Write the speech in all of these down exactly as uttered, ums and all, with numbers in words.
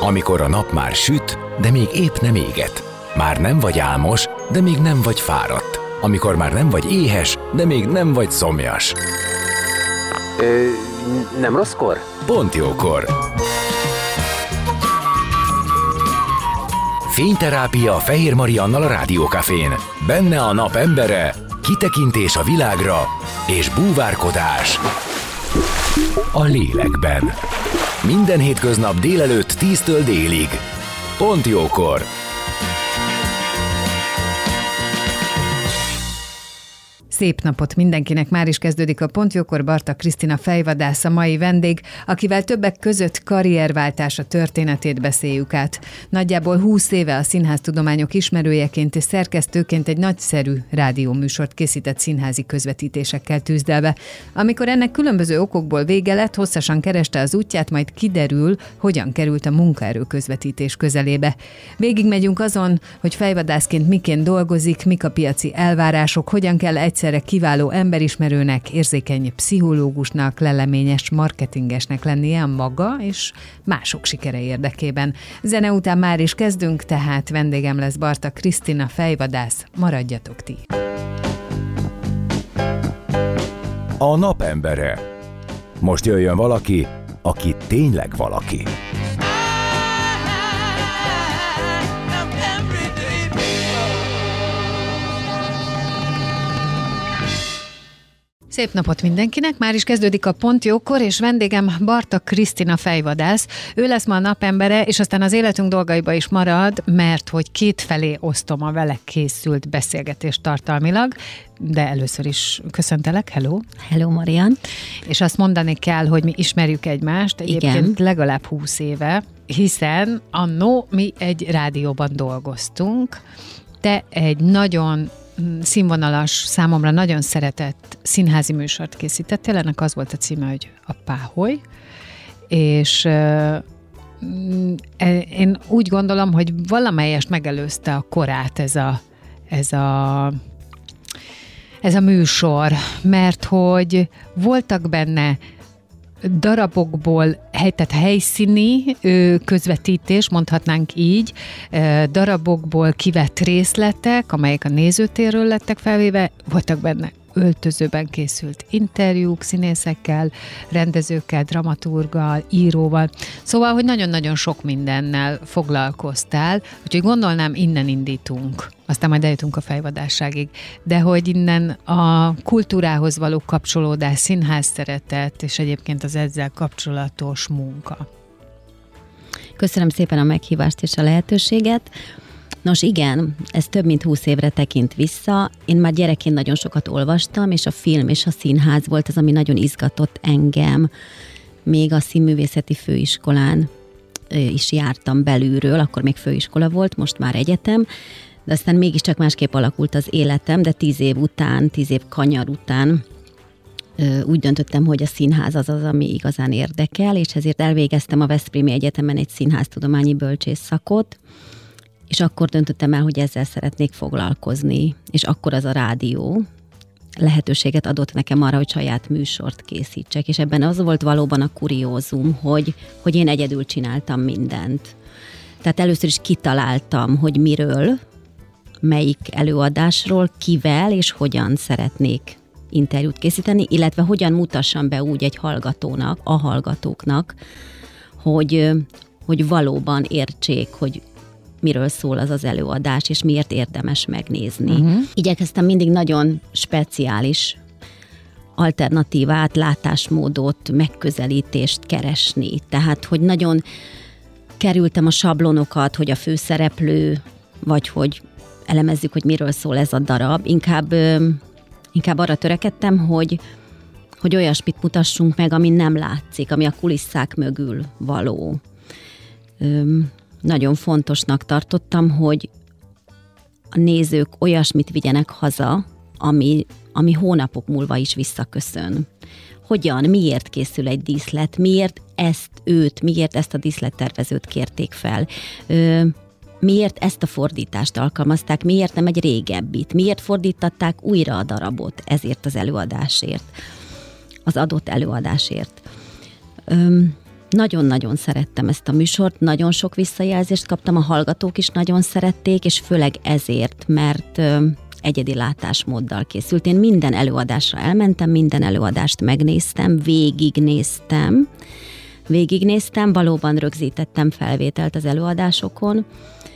Amikor a nap már süt, de még épp nem éget. Már nem vagy álmos, de még nem vagy fáradt. Amikor már nem vagy éhes, de még nem vagy szomjas. Ö, nem rosszkor? Pont jókor. Fényterápia Fehér Mariannal a Rádiókafén. Benne a nap embere, kitekintés a világra és búvárkodás a lélekben. Minden hétköznap délelőtt tíztől délig. Pont jókor. Szép napot mindenkinek, már is kezdődik a Pont Jókor. Barta Krisztina fejvadász a mai vendég, akivel többek között karrierváltása történetét beszéljük át. Nagyjából húsz éve a színháztudományok ismerőjeként és szerkesztőként egy nagyszerű rádióműsort készített színházi közvetítésekkel tűzdelve. Amikor ennek különböző okokból vége lett, hosszasan kereste az útját, majd kiderül, hogyan került a munkaerő közvetítés közelébe. Végigmegyünk azon, hogy fejvadászként miként dolgozik, mik a piaci elvárások, hogyan kell egyszerre kiváló emberismerőnek, érzékeny pszichológusnak, leleményes marketingesnek lennie a maga és mások sikere érdekében. Zene után már is kezdünk, tehát vendégem lesz Barta Krisztina fejvadász. Maradjatok ti! A napembere. Most jöjjön valaki, aki tényleg valaki. Szép napot mindenkinek, már is kezdődik a Pont Jókor, és vendégem Barta Krisztina fejvadász. Ő lesz ma a napembere, és aztán az életünk dolgaiba is marad, mert hogy kétfelé osztom a vele készült beszélgetést tartalmilag, de először is köszöntelek, hello! Hello, Marian! És azt mondani kell, hogy mi ismerjük egymást, egyébként Igen. legalább húsz éve, hiszen annó mi egy rádióban dolgoztunk, te egy nagyon színvonalas, számomra nagyon szeretett színházi műsort készítettél, ennek az volt a címe, hogy a Páholy, és euh, én úgy gondolom, hogy valamelyest megelőzte a korát ez a, ez a, ez a műsor, mert hogy voltak benne darabokból, tehát helyszíni közvetítés, mondhatnánk így, darabokból kivett részletek, amelyek a nézőtérről lettek felvéve, voltak benne öltözőben készült interjúk színészekkel, rendezőkkel, dramaturggal, íróval. Szóval, hogy nagyon-nagyon sok mindennel foglalkoztál, úgyhogy gondolnám, innen indítunk. Aztán majd eljutunk a fejvadásságig. De hogy innen a kultúrához való kapcsolódás, színház szeretet, és egyébként az ezzel kapcsolatos munka. Köszönöm szépen a meghívást és a lehetőséget. Nos igen, ez több mint húsz évre tekint vissza. Én már gyerekként nagyon sokat olvastam, és a film és a színház volt az, ami nagyon izgatott engem. Még a színművészeti főiskolán is jártam belülről, akkor még főiskola volt, most már egyetem, de aztán mégiscsak másképp alakult az életem, de tíz év után, tíz év kanyar után úgy döntöttem, hogy a színház az az, ami igazán érdekel, és ezért elvégeztem a Veszprémi Egyetemen egy színháztudományi bölcsész szakot, és akkor döntöttem el, hogy ezzel szeretnék foglalkozni, és akkor az a rádió lehetőséget adott nekem arra, hogy saját műsort készítsek, és ebben az volt valóban a kuriózum, hogy, hogy én egyedül csináltam mindent. Tehát először is kitaláltam, hogy miről, melyik előadásról, kivel és hogyan szeretnék interjút készíteni, illetve hogyan mutassam be úgy egy hallgatónak, a hallgatóknak, hogy, hogy valóban értsék, hogy miről szól az az előadás, és miért érdemes megnézni. Uh-huh. Igyekeztem mindig nagyon speciális alternatívát, látásmódot, megközelítést keresni. Tehát, hogy nagyon kerültem a sablonokat, hogy a főszereplő, vagy hogy elemezzük, hogy miről szól ez a darab. Inkább, inkább arra törekedtem, hogy, hogy olyasmit mutassunk meg, ami nem látszik, ami a kulisszák mögül való. Öm, Nagyon fontosnak tartottam, hogy a nézők olyasmit vigyenek haza, ami, ami hónapok múlva is visszaköszön. Hogyan, miért készül egy díszlet, miért ezt őt, miért ezt a díszlettervezőt kérték fel, Ö, miért ezt a fordítást alkalmazták, miért nem egy régebbit, miért fordítatták újra a darabot ezért az előadásért, az adott előadásért. Ö, nagyon-nagyon szerettem ezt a műsort, nagyon sok visszajelzést kaptam, a hallgatók is nagyon szerették, és főleg ezért, mert egyedi látásmóddal készült. Én minden előadásra elmentem, minden előadást megnéztem, végignéztem, végignéztem, valóban rögzítettem felvételt az előadásokon,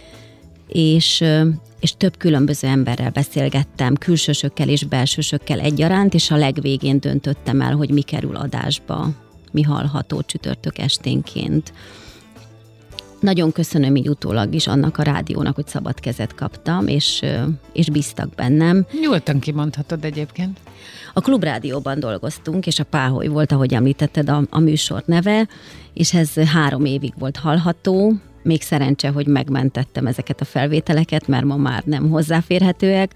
és, és több különböző emberrel beszélgettem, külsősökkel és belsősökkel egyaránt, és a legvégén döntöttem el, hogy mi kerül adásba, mi hallható csütörtök esténként. Nagyon köszönöm így utólag is annak a rádiónak, hogy szabad kezet kaptam, és, és bíztak bennem. Nyugodtan kimondhatod egyébként. A Klubrádióban dolgoztunk, és a Páholy volt, ahogy említetted, a, a műsor neve, és ez három évig volt hallható. Még szerencse, hogy megmentettem ezeket a felvételeket, mert ma már nem hozzáférhetőek.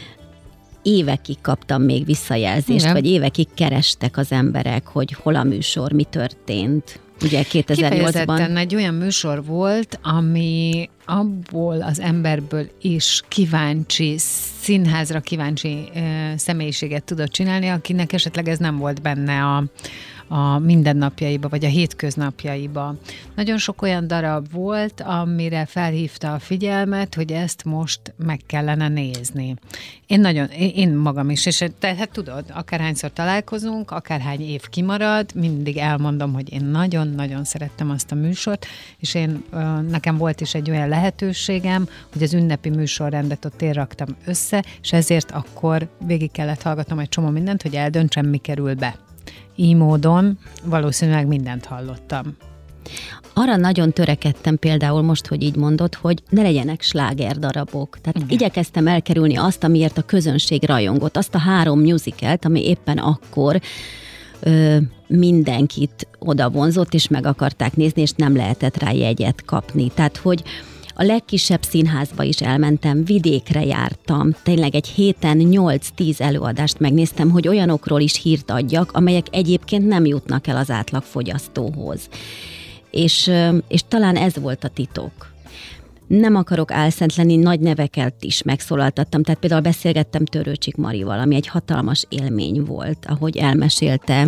Évekig kaptam még visszajelzést, igen. Vagy évekig kerestek az emberek, hogy hol a műsor, mi történt. Ugye kétezer-nyolcban... Kifejezetten egy olyan műsor volt, ami abból az emberből is kíváncsi, színházra kíváncsi e, személyiséget tudott csinálni, akinek esetleg ez nem volt benne a, a mindennapjaiba, vagy a hétköznapjaiba. Nagyon sok olyan darab volt, amire felhívta a figyelmet, hogy ezt most meg kellene nézni. Én nagyon, én magam is, és tehát tudod, akárhányszor találkozunk, akárhány év kimarad, mindig elmondom, hogy én nagyon-nagyon szerettem azt a műsort, és én, nekem volt is egy olyan lehetőségem, hogy az ünnepi műsorrendet ott én raktam össze, és ezért akkor végig kellett hallgatnom egy csomó mindent, hogy eldöntsem, mi kerül be. Így módon valószínűleg mindent hallottam. Arra nagyon törekedtem például most, hogy így mondod, hogy ne legyenek slágerdarabok. Tehát igen. Igyekeztem elkerülni azt, amiért a közönség rajongott, azt a három musicalt, ami éppen akkor ö, mindenkit oda vonzott, és meg akarták nézni, és nem lehetett rá jegyet kapni. Tehát, hogy a legkisebb színházba is elmentem, vidékre jártam, tényleg egy héten nyolc-tíz előadást megnéztem, hogy olyanokról is hírt adjak, amelyek egyébként nem jutnak el az átlag fogyasztóhoz. És, és talán ez volt a titok. Nem akarok álszent lenni, nagy neveket is megszólaltattam, tehát például beszélgettem Törőcsik Marival, ami egy hatalmas élmény volt, ahogy elmesélte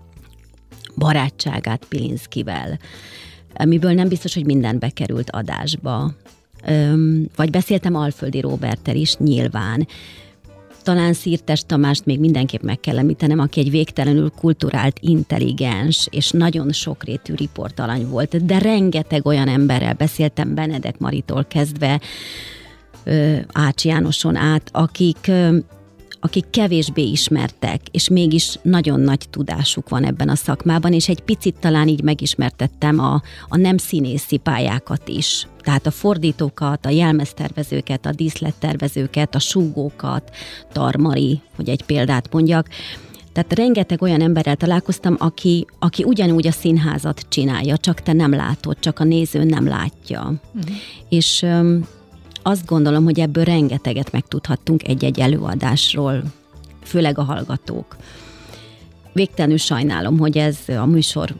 barátságát Pilinszkivel, amiből nem biztos, hogy minden bekerült adásba. Öm, vagy beszéltem Alföldi Róberttel is, nyilván. Talán Szirtes Tamást még mindenképp meg kell említenem, aki egy végtelenül kulturált, intelligens és nagyon sokrétű riportalany volt, de rengeteg olyan emberrel beszéltem, Benedek Maritól kezdve, ö, Ács Jánoson át, akik... Ö, akik kevésbé ismertek, és mégis nagyon nagy tudásuk van ebben a szakmában, és egy picit talán így megismertettem a, a nem színészi pályákat is. Tehát a fordítókat, a jelmeztervezőket, a díszlettervezőket, a súgókat, Tarmari, hogy egy példát mondjak. Tehát rengeteg olyan emberrel találkoztam, aki, aki ugyanúgy a színházat csinálja, csak te nem látod, csak a néző nem látja. Uh-huh. És... azt gondolom, hogy ebből rengeteget megtudhattunk egy-egy előadásról, főleg a hallgatók. Végtelenül sajnálom, hogy ez a műsor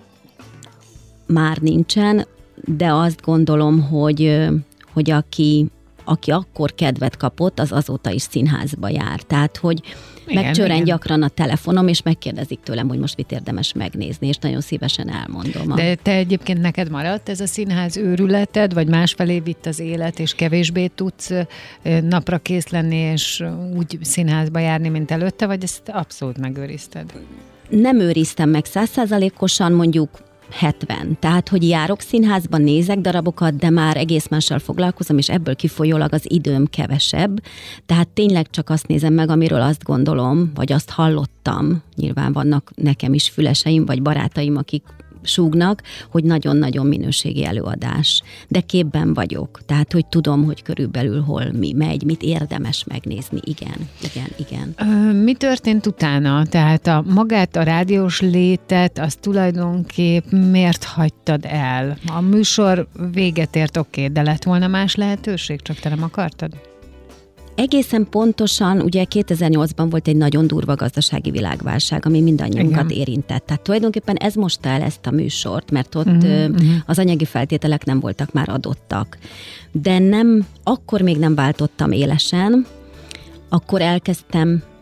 már nincsen, de azt gondolom, hogy, hogy aki, aki akkor kedvet kapott, az azóta is színházba jár. Tehát, hogy megcsörren gyakran a telefonom, és megkérdezik tőlem, hogy most mit érdemes megnézni, és nagyon szívesen elmondom. De te egyébként neked maradt ez a színház őrületed, vagy másfelé vitt az élet, és kevésbé tudsz napra kész lenni, és úgy színházba járni, mint előtte, vagy ezt abszolút megőrizted? Nem őriztem meg százszázalékosan, mondjuk hetven. Tehát, hogy járok színházban, nézek darabokat, de már egész mással foglalkozom, és ebből kifolyólag az időm kevesebb. Tehát tényleg csak azt nézem meg, amiről azt gondolom, vagy azt hallottam. Nyilván vannak nekem is füleseim, vagy barátaim, akik súgnak, hogy nagyon-nagyon minőségi előadás. De képben vagyok. Tehát, hogy tudom, hogy körülbelül hol mi megy, mit érdemes megnézni. Igen, igen, igen. Ö, mi történt utána? Tehát a magát, a rádiós létet, azt tulajdonképp miért hagytad el? A műsor véget ért, oké, okay, de lett volna más lehetőség, csak te nem akartad? Egészen pontosan, ugye kétezer-nyolcban volt egy nagyon durva gazdasági világválság, ami mindannyiunkat igen. érintett. Tehát tulajdonképpen ez mostta el ezt a műsort, mert ott uh-huh, uh-huh. az anyagi feltételek nem voltak már adottak. De nem, akkor még nem váltottam élesen, akkor elkezdtem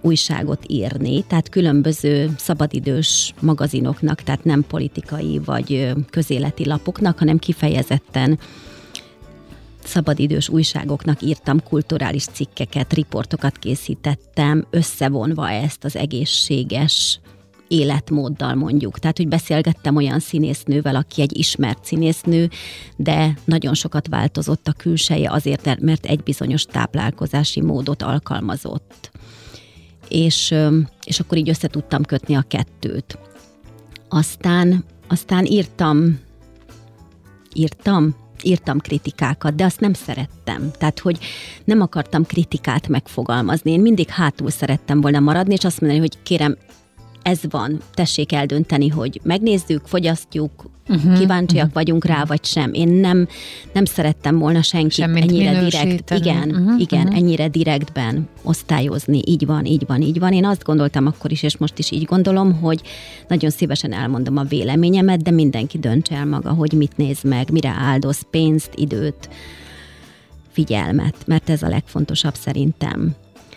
újságot írni, tehát különböző szabadidős magazinoknak, tehát nem politikai vagy közéleti lapoknak, hanem kifejezetten szabadidős újságoknak írtam kulturális cikkeket, riportokat készítettem, összevonva ezt az egészséges életmóddal mondjuk. Tehát, hogy beszélgettem olyan színésznővel, aki egy ismert színésznő, de nagyon sokat változott a külseje azért, mert egy bizonyos táplálkozási módot alkalmazott. És, és akkor így össze tudtam kötni a kettőt. Aztán, aztán írtam, írtam, írtam kritikákat, de azt nem szerettem. Tehát, hogy nem akartam kritikát megfogalmazni. Én mindig hátul szerettem volna maradni, és azt mondani, hogy kérem, ez van, tessék eldönteni, hogy megnézzük, fogyasztjuk, uh-huh, kíváncsiak uh-huh. vagyunk rá, vagy sem. Én nem, nem szerettem volna senkit ennyire direkt, igen, uh-huh, igen uh-huh. ennyire direktben osztályozni. Így van, így van, így van. Én azt gondoltam akkor is, és most is így gondolom, hogy nagyon szívesen elmondom a véleményemet, de mindenki döntse el maga, hogy mit néz meg, mire áldoz pénzt, időt, figyelmet, mert ez a legfontosabb szerintem.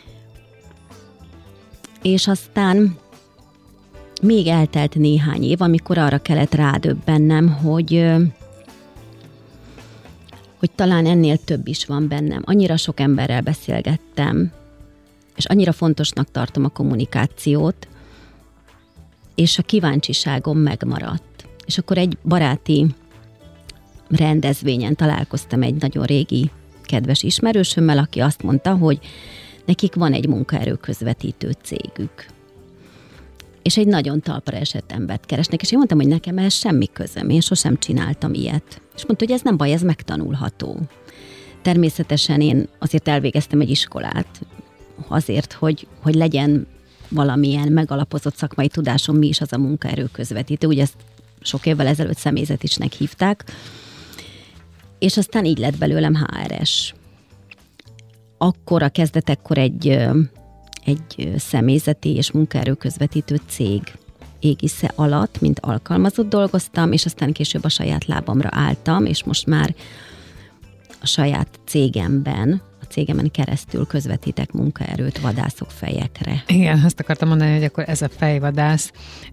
És aztán még eltelt néhány év, amikor arra kellett rádöbbennem, hogy, hogy talán ennél több is van bennem. Annyira sok emberrel beszélgettem, és annyira fontosnak tartom a kommunikációt, és a kíváncsiságom megmaradt. És akkor egy baráti rendezvényen találkoztam egy nagyon régi kedves ismerősömmel, aki azt mondta, hogy nekik van egy munkaerőközvetítő cégük. És egy nagyon talpra esett embert keresnek, és én mondtam, hogy nekem ehhez semmi közöm, én sosem csináltam ilyet. És mondta, hogy ez nem baj, ez megtanulható. Természetesen én azért elvégeztem egy iskolát, azért, hogy, hogy legyen valamilyen megalapozott szakmai tudásom, mi is az a munkaerőközvetítő, ugye ezt sok évvel ezelőtt személyzetisnek hívták, és aztán így lett belőlem há er es. Akkor a kezdetekkor egy... egy személyzeti és munkaerőközvetítő cég égisze alatt, mint alkalmazott dolgoztam, és aztán később a saját lábamra álltam, és most már a saját cégemben, a cégemen keresztül közvetítek munkaerőt vadászok fejekre. Igen, azt akartam mondani, hogy akkor ez a fejvadász.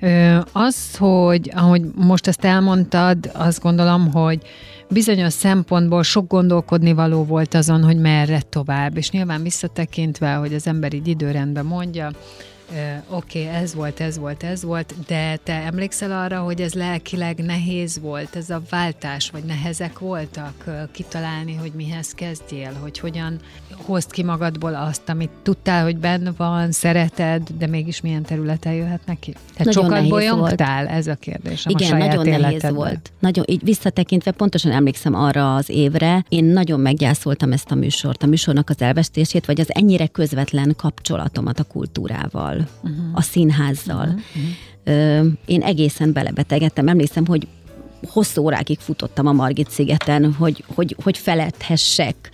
Az, hogy ahogy most ezt elmondtad, azt gondolom, hogy bizonyos szempontból sok gondolkodni való volt azon, hogy merre tovább, és nyilván visszatekintve, hogy az ember így időrendben mondja, oké, okay, ez volt, ez volt, ez volt, de te emlékszel arra, hogy ez lelkileg nehéz volt, ez a váltás, vagy nehezek voltak kitalálni, hogy mihez kezdjél, hogy hogyan hozd ki magadból azt, amit tudtál, hogy benne van, szereted, de mégis milyen területen jöhet neki? Tehát nagyon sokat bolyongtál? Volt. Ez a kérdés. Igen, a nagyon nehéz életedben. Volt. Nagyon, így visszatekintve pontosan emlékszem arra az évre, én nagyon meggyászoltam ezt a műsort, a műsornak az elvesztését, vagy az ennyire közvetlen kapcsolatomat a kultúrával. Uh-huh. a színházzal. Uh-huh. Én egészen belebetegedtem. Emlékszem, hogy hosszú órákig futottam a Margit-szigeten, hogy, hogy, hogy feledhessek.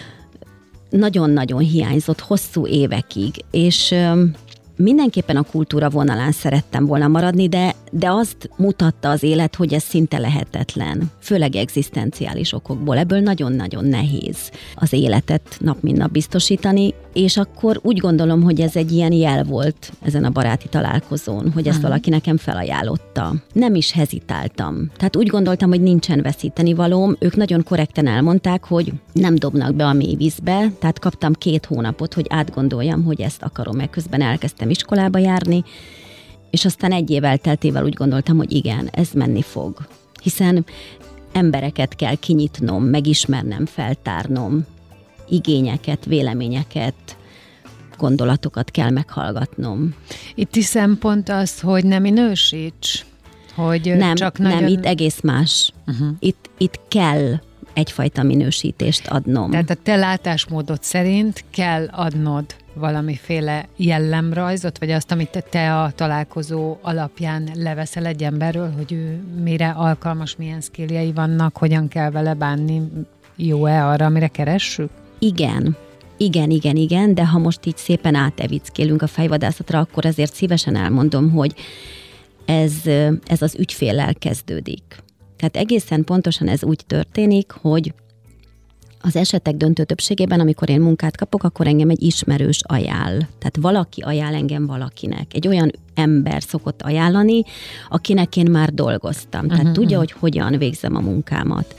Nagyon-nagyon hiányzott hosszú évekig, és mindenképpen a kultúra vonalán szerettem volna maradni, de, de azt mutatta az élet, hogy ez szinte lehetetlen. Főleg egzisztenciális okokból. Ebből nagyon-nagyon nehéz az életet nap mint nap biztosítani, és akkor úgy gondolom, hogy ez egy ilyen jel volt ezen a baráti találkozón, hogy ezt uh-huh. valaki nekem felajánlotta. Nem is hezitáltam. Tehát úgy gondoltam, hogy nincsen veszítenivalóm. Ők nagyon korrekten elmondták, hogy nem dobnak be a mély vízbe, tehát kaptam két hónapot, hogy átgondoljam, hogy ezt akarom-e. Közben elkezdtem iskolába járni, és aztán egy év elteltével úgy gondoltam, hogy igen, ez menni fog. Hiszen embereket kell kinyitnom, megismernem, feltárnom, igényeket, véleményeket, gondolatokat kell meghallgatnom. Itt is szempont az, hogy nem minősíts? Hogy nem, csak nem, nagyon... itt egész más. Uh-huh. Itt, itt kell egyfajta minősítést adnom. Tehát a te látásmódod szerint kell adnod valamiféle jellemrajzot, vagy azt, amit te a találkozó alapján leveszel egy emberről, hogy ő mire alkalmas, milyen skilljei vannak, hogyan kell vele bánni, jó-e arra, amire keressük? Igen. Igen, igen, igen, de ha most így szépen átevickélünk a fejvadászatra, akkor azért szívesen elmondom, hogy ez, ez az ügyféllel kezdődik. Tehát egészen pontosan ez úgy történik, hogy Az esetek döntő többségében, amikor én munkát kapok, akkor engem egy ismerős ajánl. Tehát valaki ajánl engem valakinek. Egy olyan ember szokott ajánlani, akinek én már dolgoztam. Tehát uh-huh. tudja, hogy hogyan végzem a munkámat.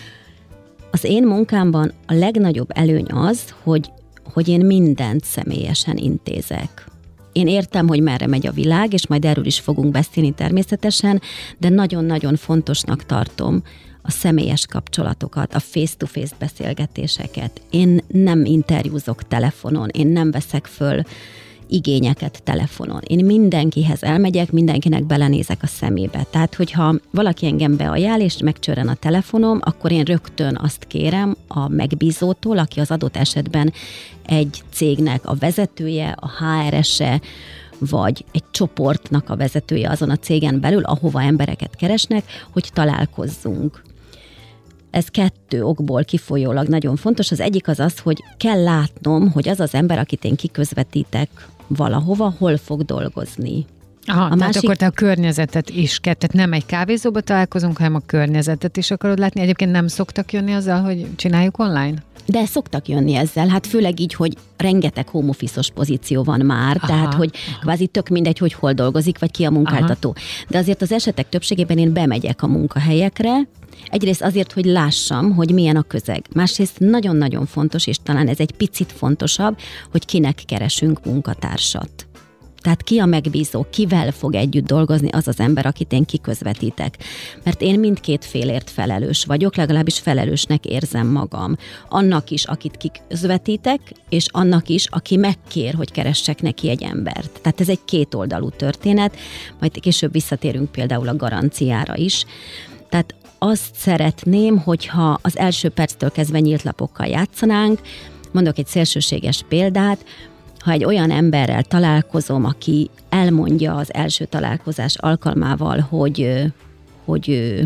Az én munkámban a legnagyobb előny az, hogy, hogy én mindent személyesen intézek. Én értem, hogy merre megy a világ, és majd erről is fogunk beszélni természetesen, de nagyon-nagyon fontosnak tartom a személyes kapcsolatokat, a face-to-face beszélgetéseket. Én nem interjúzok telefonon, én nem veszek föl igényeket telefonon. Én mindenkihez elmegyek, mindenkinek belenézek a szemébe. Tehát, hogyha valaki engem beajánl, és megcsörren a telefonom, akkor én rögtön azt kérem a megbízótól, aki az adott esetben egy cégnek a vezetője, a há er es-e, vagy egy csoportnak a vezetője azon a cégen belül, ahova embereket keresnek, hogy találkozzunk. Ez kettő okból kifolyólag nagyon fontos. Az egyik az az, hogy kell látnom, hogy az az ember, akit én kiközvetítek valahova, hol fog dolgozni. Aha, a tehát másik... akkor te a környezetet is kell, tehát nem egy kávézóba találkozunk, hanem a környezetet is akarod látni. Egyébként nem szoktak jönni azzal, hogy csináljuk online? De szoktak jönni ezzel, hát főleg így, hogy rengeteg home office-os pozíció van már, aha, tehát hogy aha. kvázi tök mindegy, hogy hol dolgozik, vagy ki a munkáltató. Aha. De azért az esetek többségében én bemegyek a munkahelyekre, egyrészt azért, hogy lássam, hogy milyen a közeg. Másrészt nagyon-nagyon fontos, és talán ez egy picit fontosabb, hogy kinek keresünk munkatársat. Tehát ki a megbízó, kivel fog együtt dolgozni az az ember, akit én kiközvetítek. Mert én mindkét félért felelős vagyok, legalábbis felelősnek érzem magam. Annak is, akit kiközvetítek, és annak is, aki megkér, hogy keressek neki egy embert. Tehát ez egy kétoldalú történet, majd később visszatérünk például a garanciára is. Tehát azt szeretném, hogyha az első perctől kezdve nyílt lapokkal játszanánk. Mondok egy szélsőséges példát, ha egy olyan emberrel találkozom, aki elmondja az első találkozás alkalmával, hogy, hogy ő,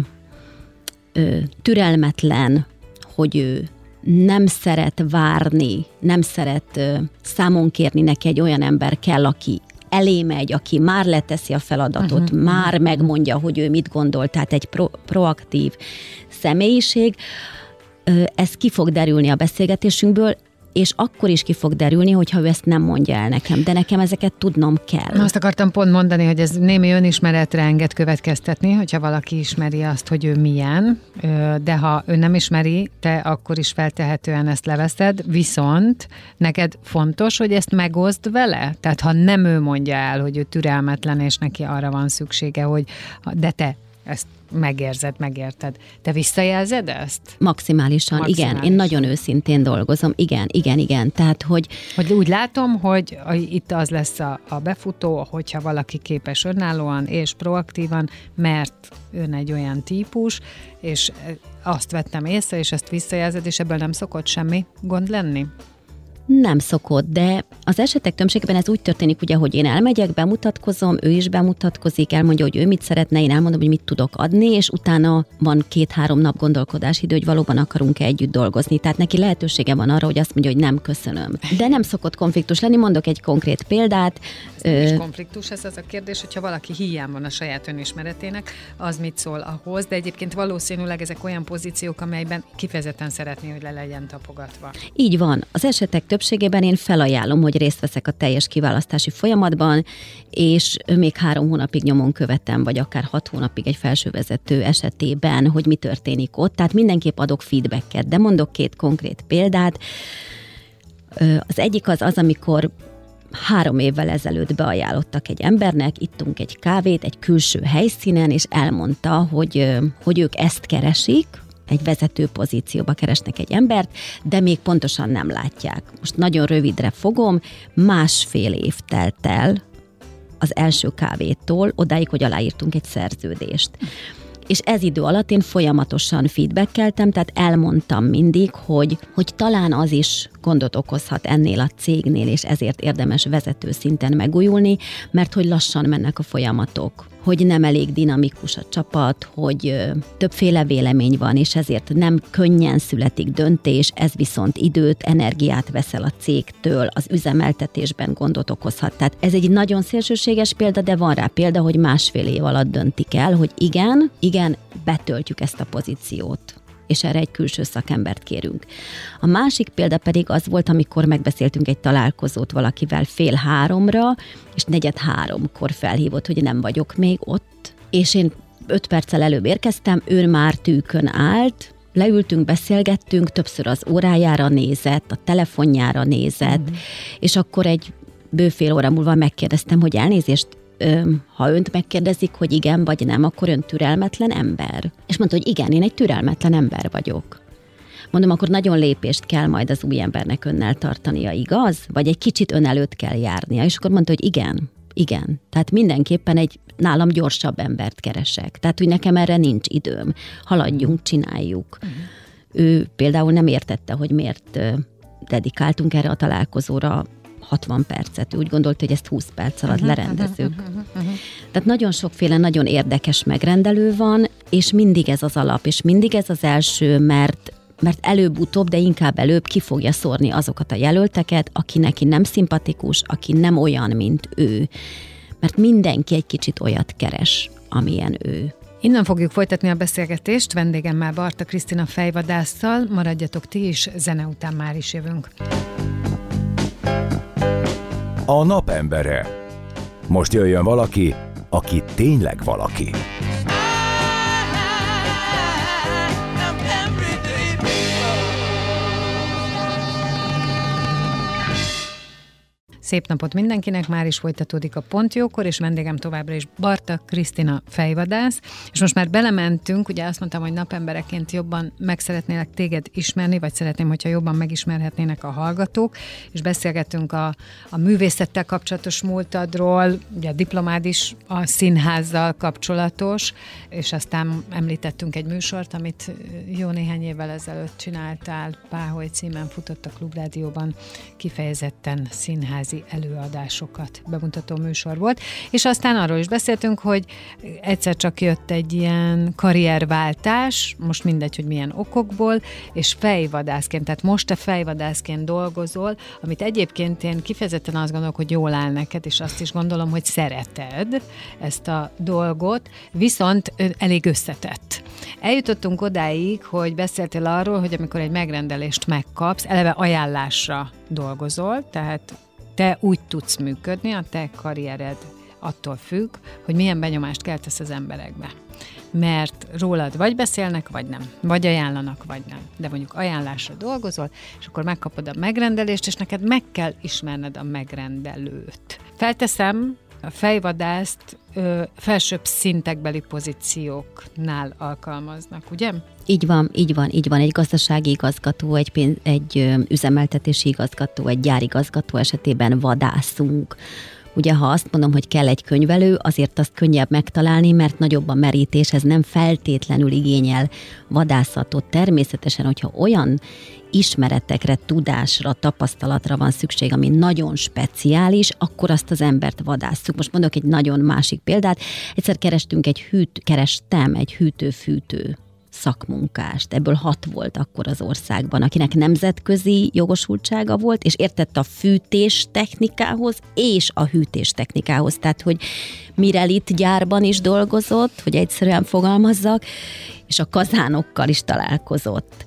ő türelmetlen, hogy ő nem szeret várni, nem szeret számon kérni, neki egy olyan ember kell, aki elé megy, aki már leteszi a feladatot, uh-huh. már megmondja, hogy ő mit gondol, tehát egy pro, proaktív személyiség. Ez ki fog derülni a beszélgetésünkből, és akkor is ki fog derülni, hogyha ő ezt nem mondja el nekem, de nekem ezeket tudnom kell. Azt akartam pont mondani, hogy ez némi önismeretre enged következtetni, hogyha valaki ismeri azt, hogy ő milyen, de ha ő nem ismeri, te akkor is feltehetően ezt leveszed, viszont neked fontos, hogy ezt megoszd vele? Tehát ha nem ő mondja el, hogy ő türelmetlen, és neki arra van szüksége, hogy de te ezt megérzed, megérted. Te visszajelzed ezt? Maximálisan, Maximálisan, igen. Én nagyon őszintén dolgozom. Igen, igen, igen. Tehát, hogy... Hogy úgy látom, hogy itt az lesz a, a befutó, hogyha valaki képes önállóan és proaktívan, mert ön egy olyan típus, és azt vettem észre, és ezt visszajelzed, és ebből nem szokott semmi gond lenni? Nem szokott, de az esetek többségében ez úgy történik, ugye, hogy én elmegyek, bemutatkozom, ő is bemutatkozik, elmondja, hogy ő mit szeretne, én elmondom, hogy mit tudok adni, és utána van két-három nap gondolkodás idő, hogy valóban akarunk-e együtt dolgozni. Tehát neki lehetősége van arra, hogy azt mondja, hogy nem, köszönöm. De nem szokott konfliktus lenni, mondok egy konkrét példát. Ez is konfliktus, ez az a kérdés, hogyha valaki hiány van a saját önismeretének, az mit szól ahhoz, de egyébként valószínűleg ezek olyan pozíciók, amelyben kifejezetten szeretné, hogy le legyen tapogatva. Így van. Az esetek többségében én felajánlom, hogy részt veszek a teljes kiválasztási folyamatban, és még három hónapig nyomon követem, vagy akár hat hónapig egy felsővezető esetében, hogy mi történik ott. Tehát mindenképp adok feedbacket, de mondok két konkrét példát. Az egyik az az, amikor három évvel ezelőtt beajánlottak egy embernek, ittunk egy kávét egy külső helyszínen, és elmondta, hogy, hogy ők ezt keresik, egy vezető pozícióba keresnek egy embert, de még pontosan nem látják. Most nagyon rövidre fogom, másfél év telt el az első kávétól, odáig, hogy aláírtunk egy szerződést. És ez idő alatt én folyamatosan feedbackeltem, tehát elmondtam mindig, hogy, hogy talán az is gondot okozhat ennél a cégnél, és ezért érdemes vezető szinten megújulni, mert hogy lassan mennek a folyamatok, hogy nem elég dinamikus a csapat, hogy többféle vélemény van, és ezért nem könnyen születik döntés, ez viszont időt, energiát veszel a cégtől, az üzemeltetésben gondot okozhat. Tehát ez egy nagyon szélsőséges példa, de van rá példa, hogy másfél év alatt döntik el, hogy igen, igen, betöltjük ezt a pozíciót. és erre egy külső szakembert kérünk. A másik példa pedig az volt, amikor megbeszéltünk egy találkozót valakivel fél háromra, és negyed háromkor felhívott, hogy nem vagyok még ott, és én öt perccel előbb érkeztem, ő már tűkön állt, leültünk, beszélgettünk, többször az órájára nézett, a telefonjára nézett, mm-hmm. és akkor egy bőfél óra múlva megkérdeztem, hogy elnézést, ha önt megkérdezik, hogy igen vagy nem, akkor ön türelmetlen ember? És mondta, hogy igen, én egy türelmetlen ember vagyok. Mondom, akkor nagyon lépést kell majd az új embernek önnel tartania, igaz? Vagy egy kicsit ön előtt kell járnia. És akkor mondta, hogy igen, igen. Tehát mindenképpen egy nálam gyorsabb embert keresek. Tehát, hogy nekem erre nincs időm. Haladjunk, csináljuk. Uh-huh. Ő például nem értette, hogy miért dedikáltunk erre a találkozóra hatvan percet. Ő úgy gondolta, hogy ezt húsz perc alatt uh-huh, lerendezzük. Uh-huh, uh-huh, uh-huh. Tehát nagyon sokféle, nagyon érdekes megrendelő van, és mindig ez az alap, és mindig ez az első, mert mert előbb-utóbb, de inkább előbb ki fogja szórni azokat a jelölteket, aki neki nem szimpatikus, aki nem olyan, mint ő. Mert mindenki egy kicsit olyat keres, amilyen ő. Innen fogjuk folytatni a beszélgetést vendégemmel, Barta Krisztina fejvadásszal. Maradjatok ti is, zene után már is jövünk. A napembere. Most jöjjön valaki, aki tényleg valaki. Szép napot mindenkinek, már is folytatódik a Pontjókor, és vendégem továbbra is Barta Krisztina fejvadász, és most már belementünk, ugye azt mondtam, hogy napembereként jobban meg szeretnélek téged ismerni, vagy szeretném, hogyha jobban megismerhetnének a hallgatók, és beszélgettünk a, a művészettel kapcsolatos múltadról, ugye a diplomád is a színházzal kapcsolatos, és aztán említettünk egy műsort, amit jó néhány évvel ezelőtt csináltál, Páholy címen futott a Klubrádióban, kifejezetten színházi előadásokat bemutató műsor volt, és aztán arról is beszéltünk, hogy egyszer csak jött egy ilyen karrierváltás, most mindegy, hogy milyen okokból, és fejvadászként, tehát most te fejvadászként dolgozol, amit egyébként én kifejezetten azt gondolok, hogy jól áll neked, és azt is gondolom, hogy szereted ezt a dolgot, viszont elég összetett. Eljutottunk odáig, hogy beszéltél arról, hogy amikor egy megrendelést megkapsz, eleve ajánlásra dolgozol, tehát te úgy tudsz működni, a te karriered attól függ, hogy milyen benyomást keltesz az emberekbe. Mert rólad vagy beszélnek, vagy nem. Vagy ajánlanak, vagy nem. De mondjuk ajánlásra dolgozol, és akkor megkapod a megrendelést, és neked meg kell ismerned a megrendelőt. Felteszem, a fejvadászt ö, felsőbb szintekbeli pozícióknál alkalmaznak, ugye? Így van, így van, így van. Egy gazdasági igazgató, egy, pénz, egy ö, üzemeltetési igazgató, egy gyárigazgató esetében vadászunk. Ugye, ha azt mondom, hogy kell egy könyvelő, azért azt könnyebb megtalálni, mert nagyobb a merítés, ez nem feltétlenül igényel vadászatot. Természetesen, hogyha olyan ismeretekre, tudásra, tapasztalatra van szükség, ami nagyon speciális, akkor azt az embert vadásszuk. Most mondok egy nagyon másik példát. Egyszer kerestünk egy hűt, kerestem egy hűtő-fűtő szakmunkást. Ebből hat volt akkor az országban, akinek nemzetközi jogosultsága volt, és értett a fűtés technikához és a hűtés technikához. Tehát, hogy Mirelit gyárban is dolgozott, hogy egyszerűen fogalmazzak, és a kazánokkal is találkozott.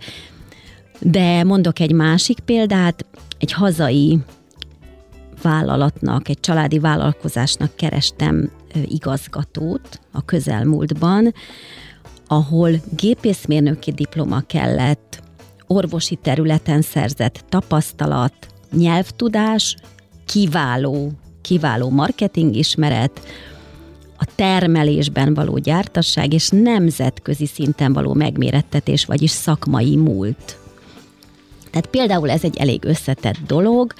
De mondok egy másik példát, egy hazai vállalatnak, egy családi vállalkozásnak kerestem igazgatót a közelmúltban, ahol gépészmérnöki diploma kellett, orvosi területen szerzett tapasztalat, nyelvtudás, kiváló, kiváló marketingismeret, a termelésben való gyártasság és nemzetközi szinten való megmérettetés, vagyis szakmai múlt. Tehát például ez egy elég összetett dolog,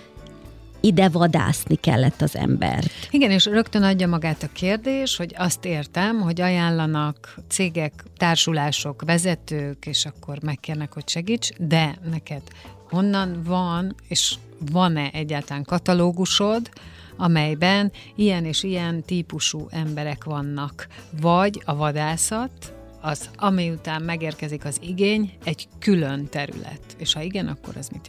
ide vadászni kellett az embert. Igen, és rögtön adja magát a kérdés, hogy azt értem, hogy ajánlanak cégek, társulások, vezetők, és akkor megkérnek, hogy segíts, de neked honnan van, és van-e egyáltalán katalógusod, amelyben ilyen és ilyen típusú emberek vannak, vagy a vadászat, az, ami után megérkezik az igény, egy külön terület. És ha igen, akkor ez mit jelent?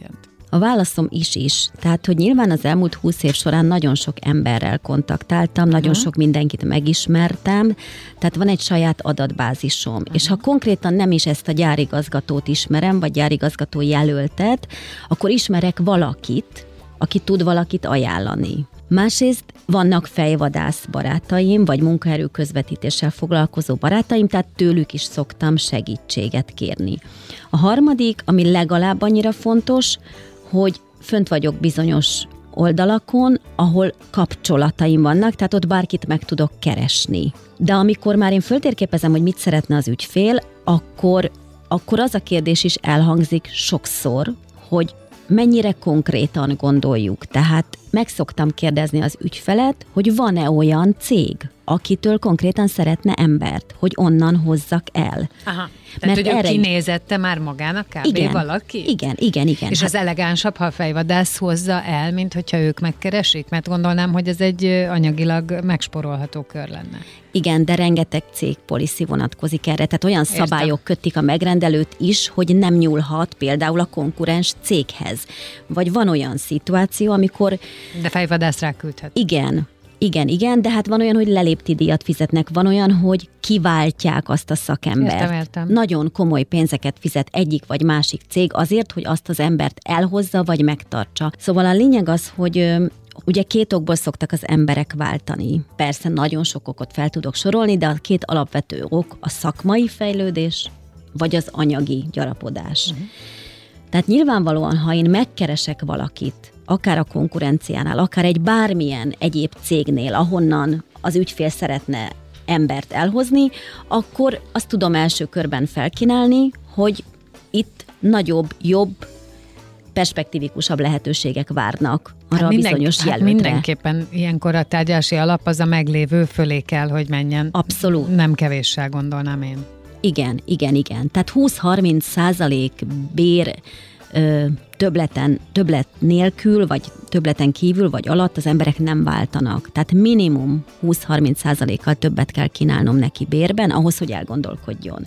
A válaszom is is. Tehát, hogy nyilván az elmúlt húsz év során nagyon sok emberrel kontaktáltam, nagyon uh-huh. sok mindenkit megismertem, tehát van egy saját adatbázisom. Uh-huh. És ha konkrétan nem is ezt a gyárigazgatót ismerem, vagy gyárigazgató jelöltet, akkor ismerek valakit, aki tud valakit ajánlani. Másrészt vannak fejvadász barátaim, vagy munkaerő közvetítéssel foglalkozó barátaim, tehát tőlük is szoktam segítséget kérni. A harmadik, ami legalább annyira fontos, hogy fönt vagyok bizonyos oldalakon, ahol kapcsolataim vannak, tehát ott bárkit meg tudok keresni. De amikor már én föltérképezem, hogy mit szeretne az ügyfél, akkor, akkor az a kérdés is elhangzik sokszor, hogy mennyire konkrétan gondoljuk. Tehát meg szoktam kérdezni az ügyfelet, hogy van-e olyan cég, akitől konkrétan szeretne embert, hogy onnan hozzak el. Aha. Tehát, mert hogy erre... kinézette már magának kb. Igen, valaki? Igen, igen, igen. És hát... az elegánsabb, ha a fejvadász hozza el, mint hogyha ők megkeresik? Mert gondolnám, hogy ez egy anyagilag megsporolható kör lenne. Igen, de rengeteg cég policy vonatkozik erre, tehát olyan Értem. szabályok kötik a megrendelőt is, hogy nem nyúlhat például a konkurens céghez. Vagy van olyan szituáció, amikor... De fejvadász ráküldhet. Igen. Igen, igen, de hát van olyan, hogy lelépti díjat fizetnek, van olyan, hogy kiváltják azt a szakembert. Értem, értem. Nagyon komoly pénzeket fizet egyik vagy másik cég azért, hogy azt az embert elhozza vagy megtartsa. Szóval a lényeg az, hogy ugye két okból szoktak az emberek váltani. Persze nagyon sok okot fel tudok sorolni, de a két alapvető ok a szakmai fejlődés, vagy az anyagi gyarapodás. Uh-huh. Tehát nyilvánvalóan, ha én megkeresek valakit, akár a konkurenciánál, akár egy bármilyen egyéb cégnél, ahonnan az ügyfél szeretne embert elhozni, akkor azt tudom első körben felkínálni, hogy itt nagyobb, jobb, perspektívikusabb lehetőségek várnak arra hát minden, a bizonyos hát jelöltre. Mindenképpen ilyenkor a tárgyalási alap az a meglévő fölé kell, hogy menjen. Abszolút. Nem kevéssel gondolnám én. Igen, igen, igen. Tehát húsz-harminc százalék bér ö, többleten, többlet nélkül, vagy többleten kívül, vagy alatt az emberek nem váltanak. Tehát minimum húsz-harminc százalékkal többet kell kínálnom neki bérben, ahhoz, hogy elgondolkodjon.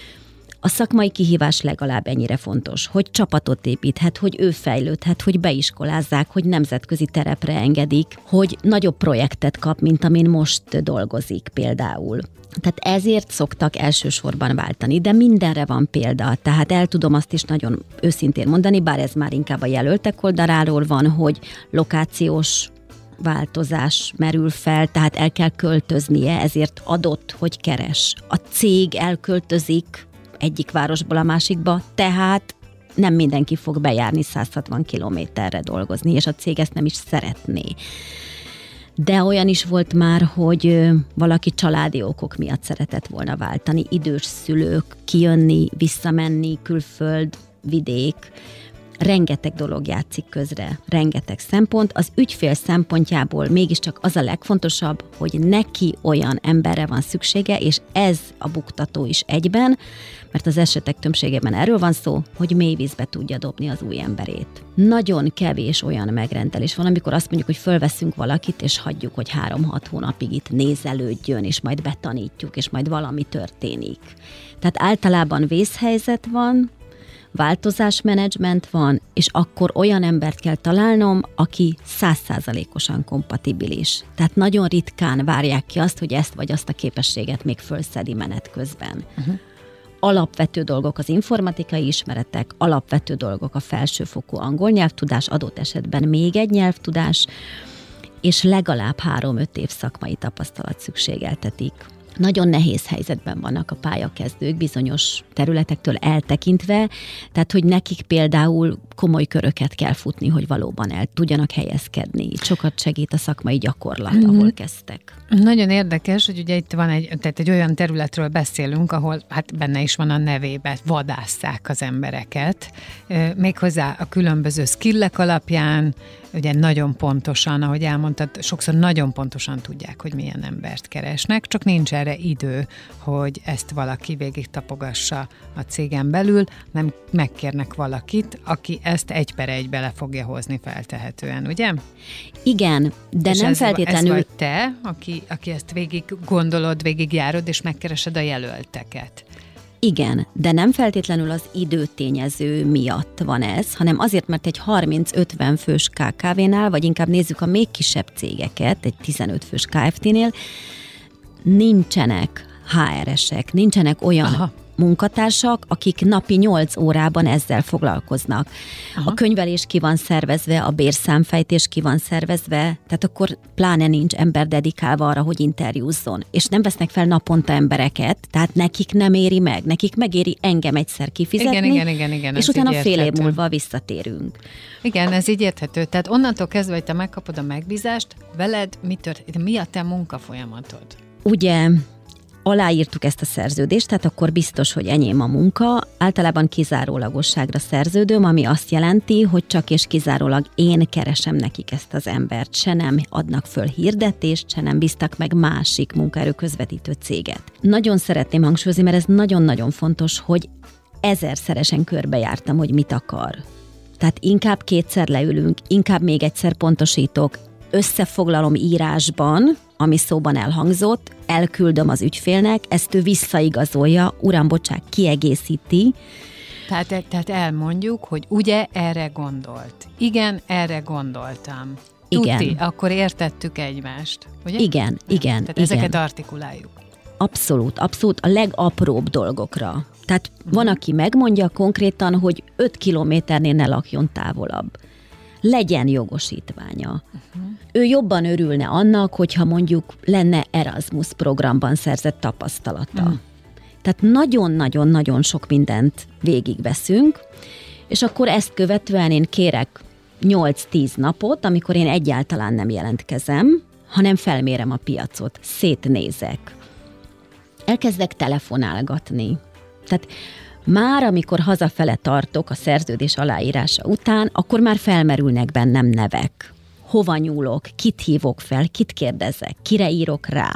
A szakmai kihívás legalább ennyire fontos, hogy csapatot építhet, hogy ő fejlődhet, hogy beiskolázzák, hogy nemzetközi terepre engedik, hogy nagyobb projektet kap, mint amin most dolgozik például. Tehát ezért szoktak elsősorban váltani, de mindenre van példa. Tehát el tudom azt is nagyon őszintén mondani, bár ez már inkább a jelöltek oldaláról van, hogy lokációs változás merül fel, tehát el kell költöznie, ezért adott, hogy keres. A cég elköltözik egyik városból a másikba, tehát nem mindenki fog bejárni száz hatvan kilométerre dolgozni, és a cég ezt nem is szeretné. De olyan is volt már, hogy valaki családi okok miatt szeretett volna váltani, idős szülők, kijönni, visszamenni, külföld, vidék, rengeteg dolog játszik közre, rengeteg szempont. Az ügyfél szempontjából mégiscsak az a legfontosabb, hogy neki olyan emberre van szüksége, és ez a buktató is egyben, mert az esetek többségében erről van szó, hogy mély vízbe tudja dobni az új emberét. Nagyon kevés olyan megrendelés van, amikor azt mondjuk, hogy fölveszünk valakit, és hagyjuk, hogy három-hat hónapig itt nézelődjön, és majd betanítjuk, és majd valami történik. Tehát általában vészhelyzet van, változásmenedzsment van, és akkor olyan embert kell találnom, aki száz százalékosan kompatibilis. Tehát nagyon ritkán várják ki azt, hogy ezt vagy azt a képességet még fölszedi menet közben. Uh-huh. Alapvető dolgok az informatikai ismeretek, alapvető dolgok a felsőfokú angol nyelvtudás, adott esetben még egy nyelvtudás, és legalább három-öt év szakmai tapasztalat szükségeltetik. Nagyon nehéz helyzetben vannak a pályakezdők bizonyos területektől eltekintve, tehát hogy nekik például komoly köröket kell futni, hogy valóban el tudjanak helyezkedni. Sokat segít a szakmai gyakorlat, mm-hmm. ahol kezdtek. Nagyon érdekes, hogy ugye itt van egy, tehát egy olyan területről beszélünk, ahol hát benne is van a nevében, vadásszák az embereket, méghozzá a különböző skillek alapján, ugye nagyon pontosan, ahogy elmondtad, sokszor nagyon pontosan tudják, hogy milyen embert keresnek, csak nincs erre idő, hogy ezt valaki végig tapogassa a cégen belül, nem megkérnek valakit, aki ezt egy per egy bele fogja hozni feltehetően, ugye? Igen, de és nem ez, feltétlenül... ez vagy te, aki, aki ezt végig gondolod, végig járod, és megkeresed a jelölteket. Igen, de nem feltétlenül az időtényező miatt van ez, hanem azért, mert egy harminc-ötven fős ká ká vénál, vagy inkább nézzük a még kisebb cégeket, egy tizenöt fős ká ef té-nél, nincsenek há er esek, nincsenek olyan Aha. munkatársak, akik napi nyolc órában ezzel foglalkoznak. Aha. A könyvelés ki van szervezve, a bérszámfejtés ki van szervezve, tehát akkor pláne nincs ember dedikálva arra, hogy interjúzzon. És nem vesznek fel naponta embereket, tehát nekik nem éri meg, nekik megéri engem egyszer kifizetni, igen, igen, igen, igen, és utána fél év múlva visszatérünk. Igen, ez így érthető. Tehát onnantól kezdve, hogy te megkapod a megbízást, veled mi történt? Mi a te munkafolyamatod? Ugye aláírtuk ezt a szerződést, tehát akkor biztos, hogy enyém a munka. Általában kizárólagosságra szerződöm, ami azt jelenti, hogy csak és kizárólag én keresem nekik ezt az embert. Se nem adnak föl hirdetést, se nem bíztak meg másik munkaerő közvetítő céget. Nagyon szeretném hangsúlyozni, mert ez nagyon-nagyon fontos, hogy ezerszeresen körbejártam, hogy mit akar. Tehát inkább kétszer leülünk, inkább még egyszer pontosítok, összefoglalom írásban, ami szóban elhangzott, elküldöm az ügyfélnek, ezt ő visszaigazolja, uram, bocsánat, kiegészíti. Tehát, tehát elmondjuk, hogy ugye erre gondolt. Igen, erre gondoltam. Tuti, igen. Akkor értettük egymást, ugye? Igen, ja, igen. Tehát igen. ezeket artikuláljuk. Abszolút, abszolút a legapróbb dolgokra. Tehát uh-huh. van, aki megmondja konkrétan, hogy öt kilométernél ne lakjon távolabb. Legyen jogosítványa. Uh-huh. Ő jobban örülne annak, hogyha mondjuk lenne Erasmus programban szerzett tapasztalata. Uh-huh. Tehát nagyon-nagyon-nagyon sok mindent végigveszünk, és akkor ezt követően én kérek nyolc-tíz napot, amikor én egyáltalán nem jelentkezem, hanem felmérem a piacot, szétnézek. Elkezdek telefonálgatni. Tehát már amikor hazafele tartok a szerződés aláírása után, akkor már felmerülnek bennem nevek. Hova nyúlok, kit hívok fel, kit kérdezek, kire írok rá.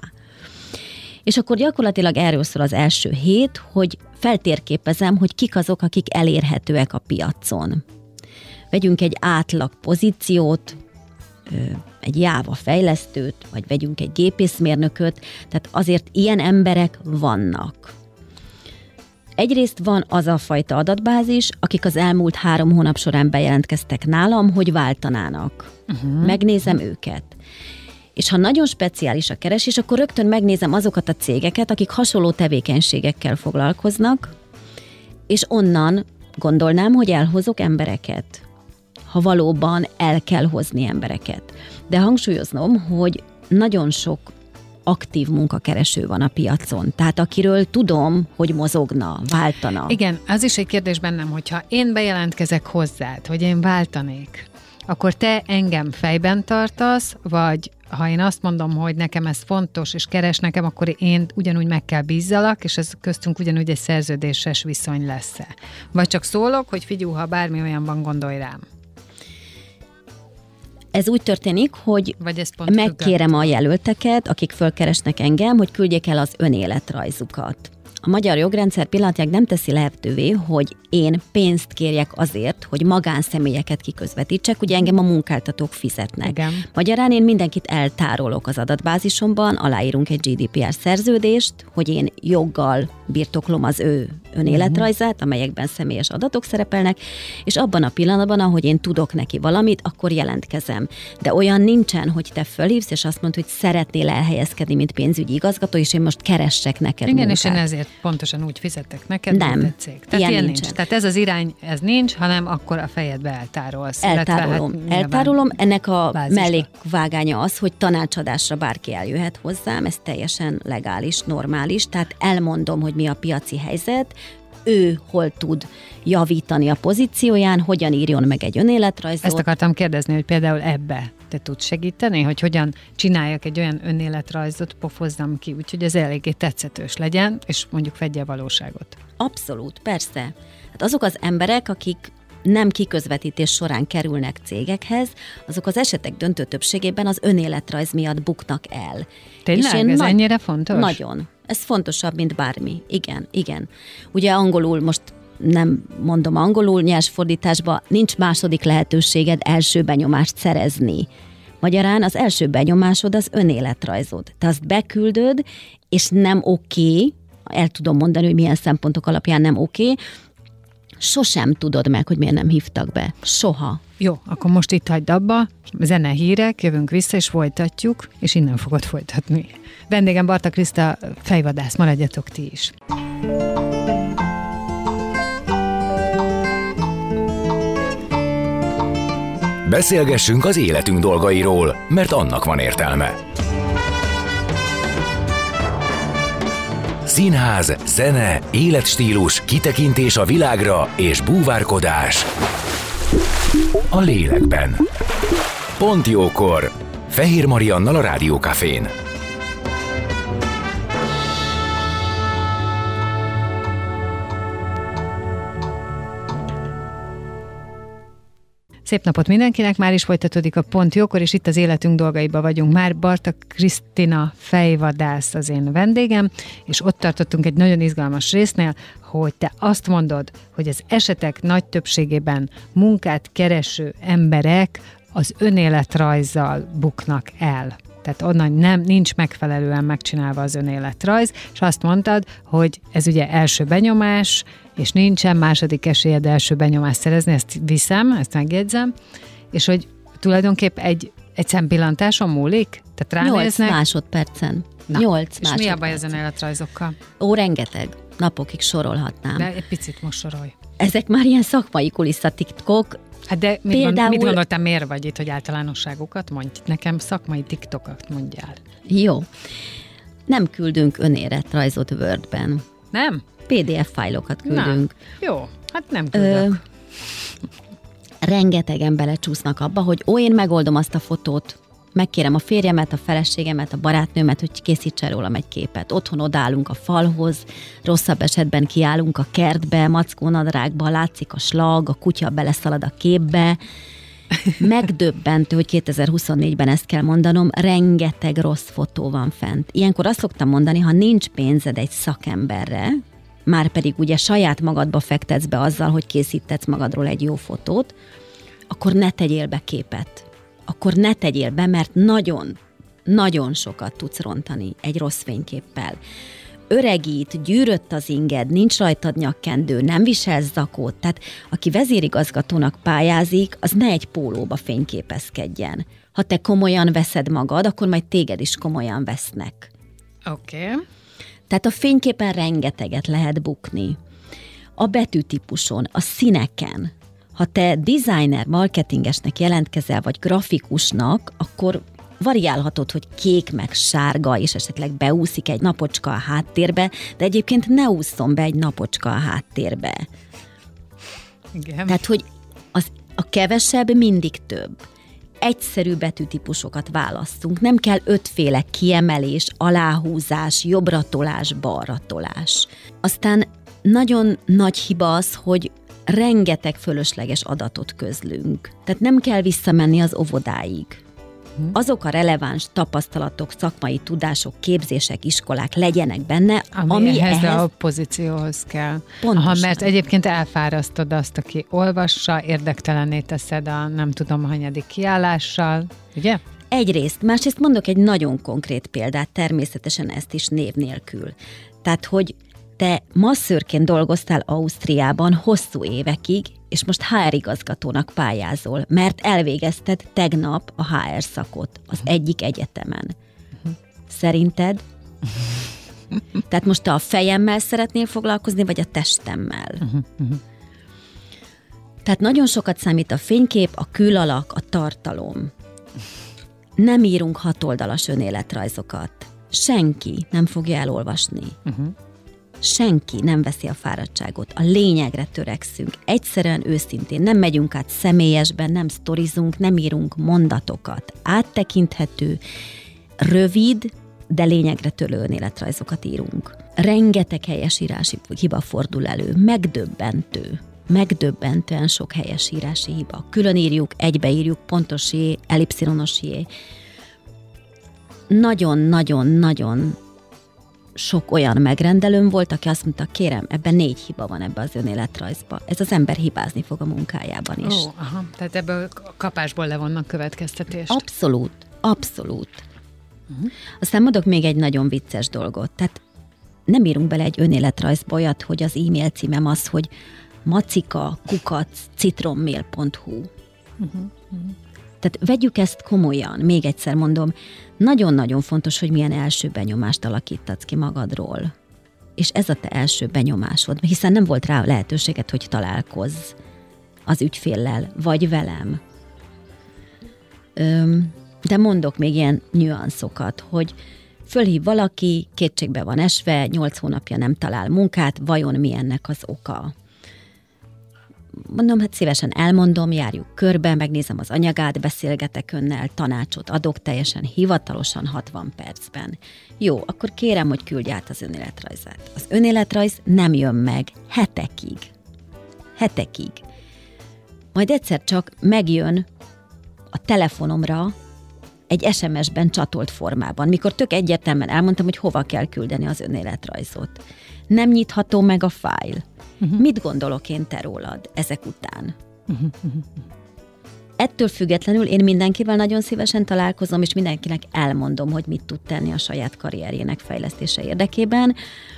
És akkor gyakorlatilag erről szól az első hét, hogy feltérképezem, hogy kik azok, akik elérhetőek a piacon. Vegyünk egy átlag pozíciót, egy Java fejlesztőt, vagy vegyünk egy gépészmérnököt, tehát azért ilyen emberek vannak. Egyrészt van az a fajta adatbázis, akik az elmúlt három hónap során bejelentkeztek nálam, hogy váltanának. Uh-huh. Megnézem őket. És ha nagyon speciális a keresés, akkor rögtön megnézem azokat a cégeket, akik hasonló tevékenységekkel foglalkoznak, és onnan gondolnám, hogy elhozok embereket. Ha valóban el kell hozni embereket. De hangsúlyoznom, hogy nagyon sok aktív munkakereső van a piacon. Tehát akiről tudom, hogy mozogna, váltana. Igen, az is egy kérdés bennem, hogyha én bejelentkezek hozzád, hogy én váltanék, akkor te engem fejben tartasz, vagy ha én azt mondom, hogy nekem ez fontos, és keres nekem, akkor én ugyanúgy meg kell bízzalak, és ez köztünk ugyanúgy egy szerződéses viszony lesz-e. Vagy csak szólok, hogy figyelj, ha bármi olyan van, gondolj rám. Ez úgy történik, hogy megkérem a jelölteket, akik fölkeresnek engem, hogy küldjék el az önéletrajzukat. A magyar jogrendszer pillanatnyilag nem teszi lehetővé, hogy én pénzt kérjek azért, hogy magánszemélyeket kiközvetítsek, ugye engem a munkáltatók fizetnek. Igen. Magyarán én mindenkit eltárolok az adatbázisomban, aláírunk egy gé dé pé er szerződést, hogy én joggal birtoklom az ő önéletrajzát, amelyekben személyes adatok szerepelnek, és abban a pillanatban, ahogy én tudok neki valamit, akkor jelentkezem. De olyan nincsen, hogy te fölhívsz, és azt mondod, hogy szeretnél elhelyezkedni, mint pénzügyi igazgató, és én most keressek neked Igen, munkát. És én ezért pontosan úgy fizettek neked, nem. mint egy cég. Tehát ilyen, ilyen nincs. Tehát ez az irány, ez nincs, hanem akkor a fejedbe eltárolsz. Eltárolom. Hát eltárolom. Ennek a bázisra. Mellékvágánya az, hogy tanácsadásra bárki eljöhet hozzám, ez teljesen legális, normális, tehát elmondom, hogy mi a piaci helyzet, ő hol tud javítani a pozícióján, hogyan írjon meg egy önéletrajzot. Ezt akartam kérdezni, hogy például ebbe te tudsz segíteni, hogy hogyan csináljak egy olyan önéletrajzot, pofozzam ki, úgyhogy ez eléggé tetszetős legyen, és mondjuk fedje a valóságot. Abszolút, persze. Hát azok az emberek, akik nem kiközvetítés során kerülnek cégekhez, azok az esetek döntő többségében az önéletrajz miatt buknak el. Tényleg? És én ez na- ennyire fontos? Nagyon. Ez fontosabb, mint bármi. Igen, igen. Ugye angolul, most nem mondom angolul, nyersfordításban nincs második lehetőséged első benyomást szerezni. Magyarán az első benyomásod az önéletrajzod. Te azt beküldöd, és nem oké, el tudom mondani, hogy milyen szempontok alapján nem oké, okay. Sosem tudod meg, hogy miért nem hívtak be. Soha. Jó, akkor most itt hagyd abba, zene, hírek, jövünk vissza, és folytatjuk, és innen fogod folytatni. Vendégem Barta Kriszta, fejvadász, maradjatok ti is. Beszélgessünk az életünk dolgairól, mert annak van értelme. Színház, zene, életstílus, kitekintés a világra és búvárkodás a lélekben. Pont jókor! Fehér Mariannal a Rádió Cafén. Szép napot mindenkinek, már is folytatódik a Pont jókor, és itt az életünk dolgaiba vagyunk már. Barta Krisztina fejvadász az én vendégem, és ott tartottunk egy nagyon izgalmas résznél, hogy te azt mondod, hogy az esetek nagy többségében munkát kereső emberek az önéletrajzzal buknak el. Tehát onnan nem, nincs megfelelően megcsinálva az önéletrajz, és azt mondtad, hogy ez ugye első benyomás, és nincsen második esélyed első benyomást szerezni, ezt viszem, ezt megjegyzem, és hogy tulajdonképp egy, egy szempillantáson múlik? Tehát ránéznek? Nyolc másodpercen. Na, Nyolc és mi a baj az önéletrajzokkal? Ó, rengeteg. Napokig sorolhatnám. De egy picit most sorolj. Ezek már ilyen szakmai kulisszatitkok. Hát de mit, Például... gond, mit gondoltál, miért vagy itt, hogy általánosságokat mondj? Nekem szakmai tiktokat mondjál. Jó. Nem küldünk önéletrajzot Wordben. Nem? pé dé ef fájlokat küldünk. Na, jó, hát nem küldök. Ö, rengetegen belecsúsznak abba, hogy ó, én megoldom azt a fotót, megkérem a férjemet, a feleségemet, a barátnőmet, hogy készítsen rólam egy képet. Otthon odállunk a falhoz, rosszabb esetben kiállunk a kertbe, mackónadrágba, látszik a slag, a kutya beleszalad a képbe. Megdöbbentő, hogy kétezer-huszonnégyben ezt kell mondanom, rengeteg rossz fotó van fent. Ilyenkor azt szoktam mondani, ha nincs pénzed egy szakemberre, már pedig ugye saját magadba fektetsz be azzal, hogy készítetsz magadról egy jó fotót, akkor ne tegyél be képet. Akkor ne tegyél be, mert nagyon, nagyon sokat tudsz rontani egy rossz fényképpel. Öregít, gyűrött az inged, nincs rajtad nyakkendő, nem viselsz zakót, tehát aki vezérigazgatónak pályázik, az ne egy pólóba fényképezkedjen. Ha te komolyan veszed magad, akkor majd téged is komolyan vesznek. Oké. Okay. Tehát a fényképen rengeteget lehet bukni. A betűtípuson, a színeken. Ha te designer, marketingesnek jelentkezel, vagy grafikusnak, akkor variálhatod, hogy kék meg sárga, és esetleg beúszik egy napocska a háttérbe, de egyébként ne ússzon be egy napocska a háttérbe. Igen. Tehát, hogy az, a kevesebb mindig több. Egyszerű betűtípusokat választunk. Nem kell ötféle kiemelés, aláhúzás, jobbratolás, balratolás. Aztán nagyon nagy hiba az, hogy rengeteg fölösleges adatot közlünk. Tehát nem kell visszamenni az óvodáig. Azok a releváns tapasztalatok, szakmai tudások, képzések, iskolák legyenek benne, ami, ami ehhez, ehhez a pozícióhoz kell. Pontosan. Aha, mert egyébként elfárasztod azt, aki olvassa, érdektelenné teszed a nem tudom hanyadik kiállással, ugye? Egyrészt, másrészt mondok egy nagyon konkrét példát, természetesen ezt is név nélkül. Tehát, hogy te masszőrként dolgoztál Ausztriában hosszú évekig, és most há er igazgatónak pályázol, mert elvégezted tegnap a há er szakot az egyik egyetemen. Szerinted? Tehát most te a fejemmel szeretnél foglalkozni, vagy a testemmel? Tehát nagyon sokat számít a fénykép, a külalak, a tartalom. Nem írunk hatoldalas önéletrajzokat. Senki nem fogja elolvasni. Senki nem veszi a fáradtságot. A lényegre törekszünk. Egyszerűen őszintén nem megyünk át személyesben, nem sztorizunk, nem írunk mondatokat. Áttekinthető, rövid, de lényegre törő önéletrajzokat írunk. Rengeteg helyesírási hiba fordul elő. Megdöbbentő. Megdöbbentően sok helyesírási hiba. Külön írjuk, egybeírjuk, pontos jé, ellipszilonos jé. Nagyon-nagyon-nagyon sok olyan megrendelőm volt, aki azt mondta, kérem, ebben négy hiba van ebbe az önéletrajzba. Ez az ember hibázni fog a munkájában is. Ó, aha, tehát ebből a kapásból levonnak következtetést. Abszolút, abszolút. Uh-huh. Aztán mondok még egy nagyon vicces dolgot. Tehát nem írunk bele egy önéletrajzba olyat, hogy az e-mail címem az, hogy macika kukac citrommail pont hu. Uh-huh. Uh-huh. Tehát vegyük ezt komolyan, még egyszer mondom, nagyon-nagyon fontos, hogy milyen első benyomást alakítatsz ki magadról. És ez a te első benyomásod, hiszen nem volt rá lehetőséged, hogy találkozz az ügyféllel, vagy velem. Öm, de mondok még ilyen nüanszokat, hogy fölhív valaki, kétségbe van esve, nyolc hónapja nem talál munkát, vajon mi ennek az oka? Mondom, hát szívesen elmondom, járjuk körbe, megnézem az anyagát, beszélgetek önnel, tanácsot adok teljesen hivatalosan hatvan percben. Jó, akkor kérem, hogy küldj át az önéletrajzát. Az önéletrajz nem jön meg hetekig. Hetekig. Majd egyszer csak megjön a telefonomra egy es em es-ben csatolt formában, mikor tök egyértelműen elmondtam, hogy hova kell küldeni az önéletrajzot. Nem nyitható meg a fájl. Uh-huh. Mit gondolok én te rólad ezek után? Uh-huh. Ettől függetlenül én mindenkivel nagyon szívesen találkozom, és mindenkinek elmondom, hogy mit tud tenni a saját karrierjének fejlesztése érdekében.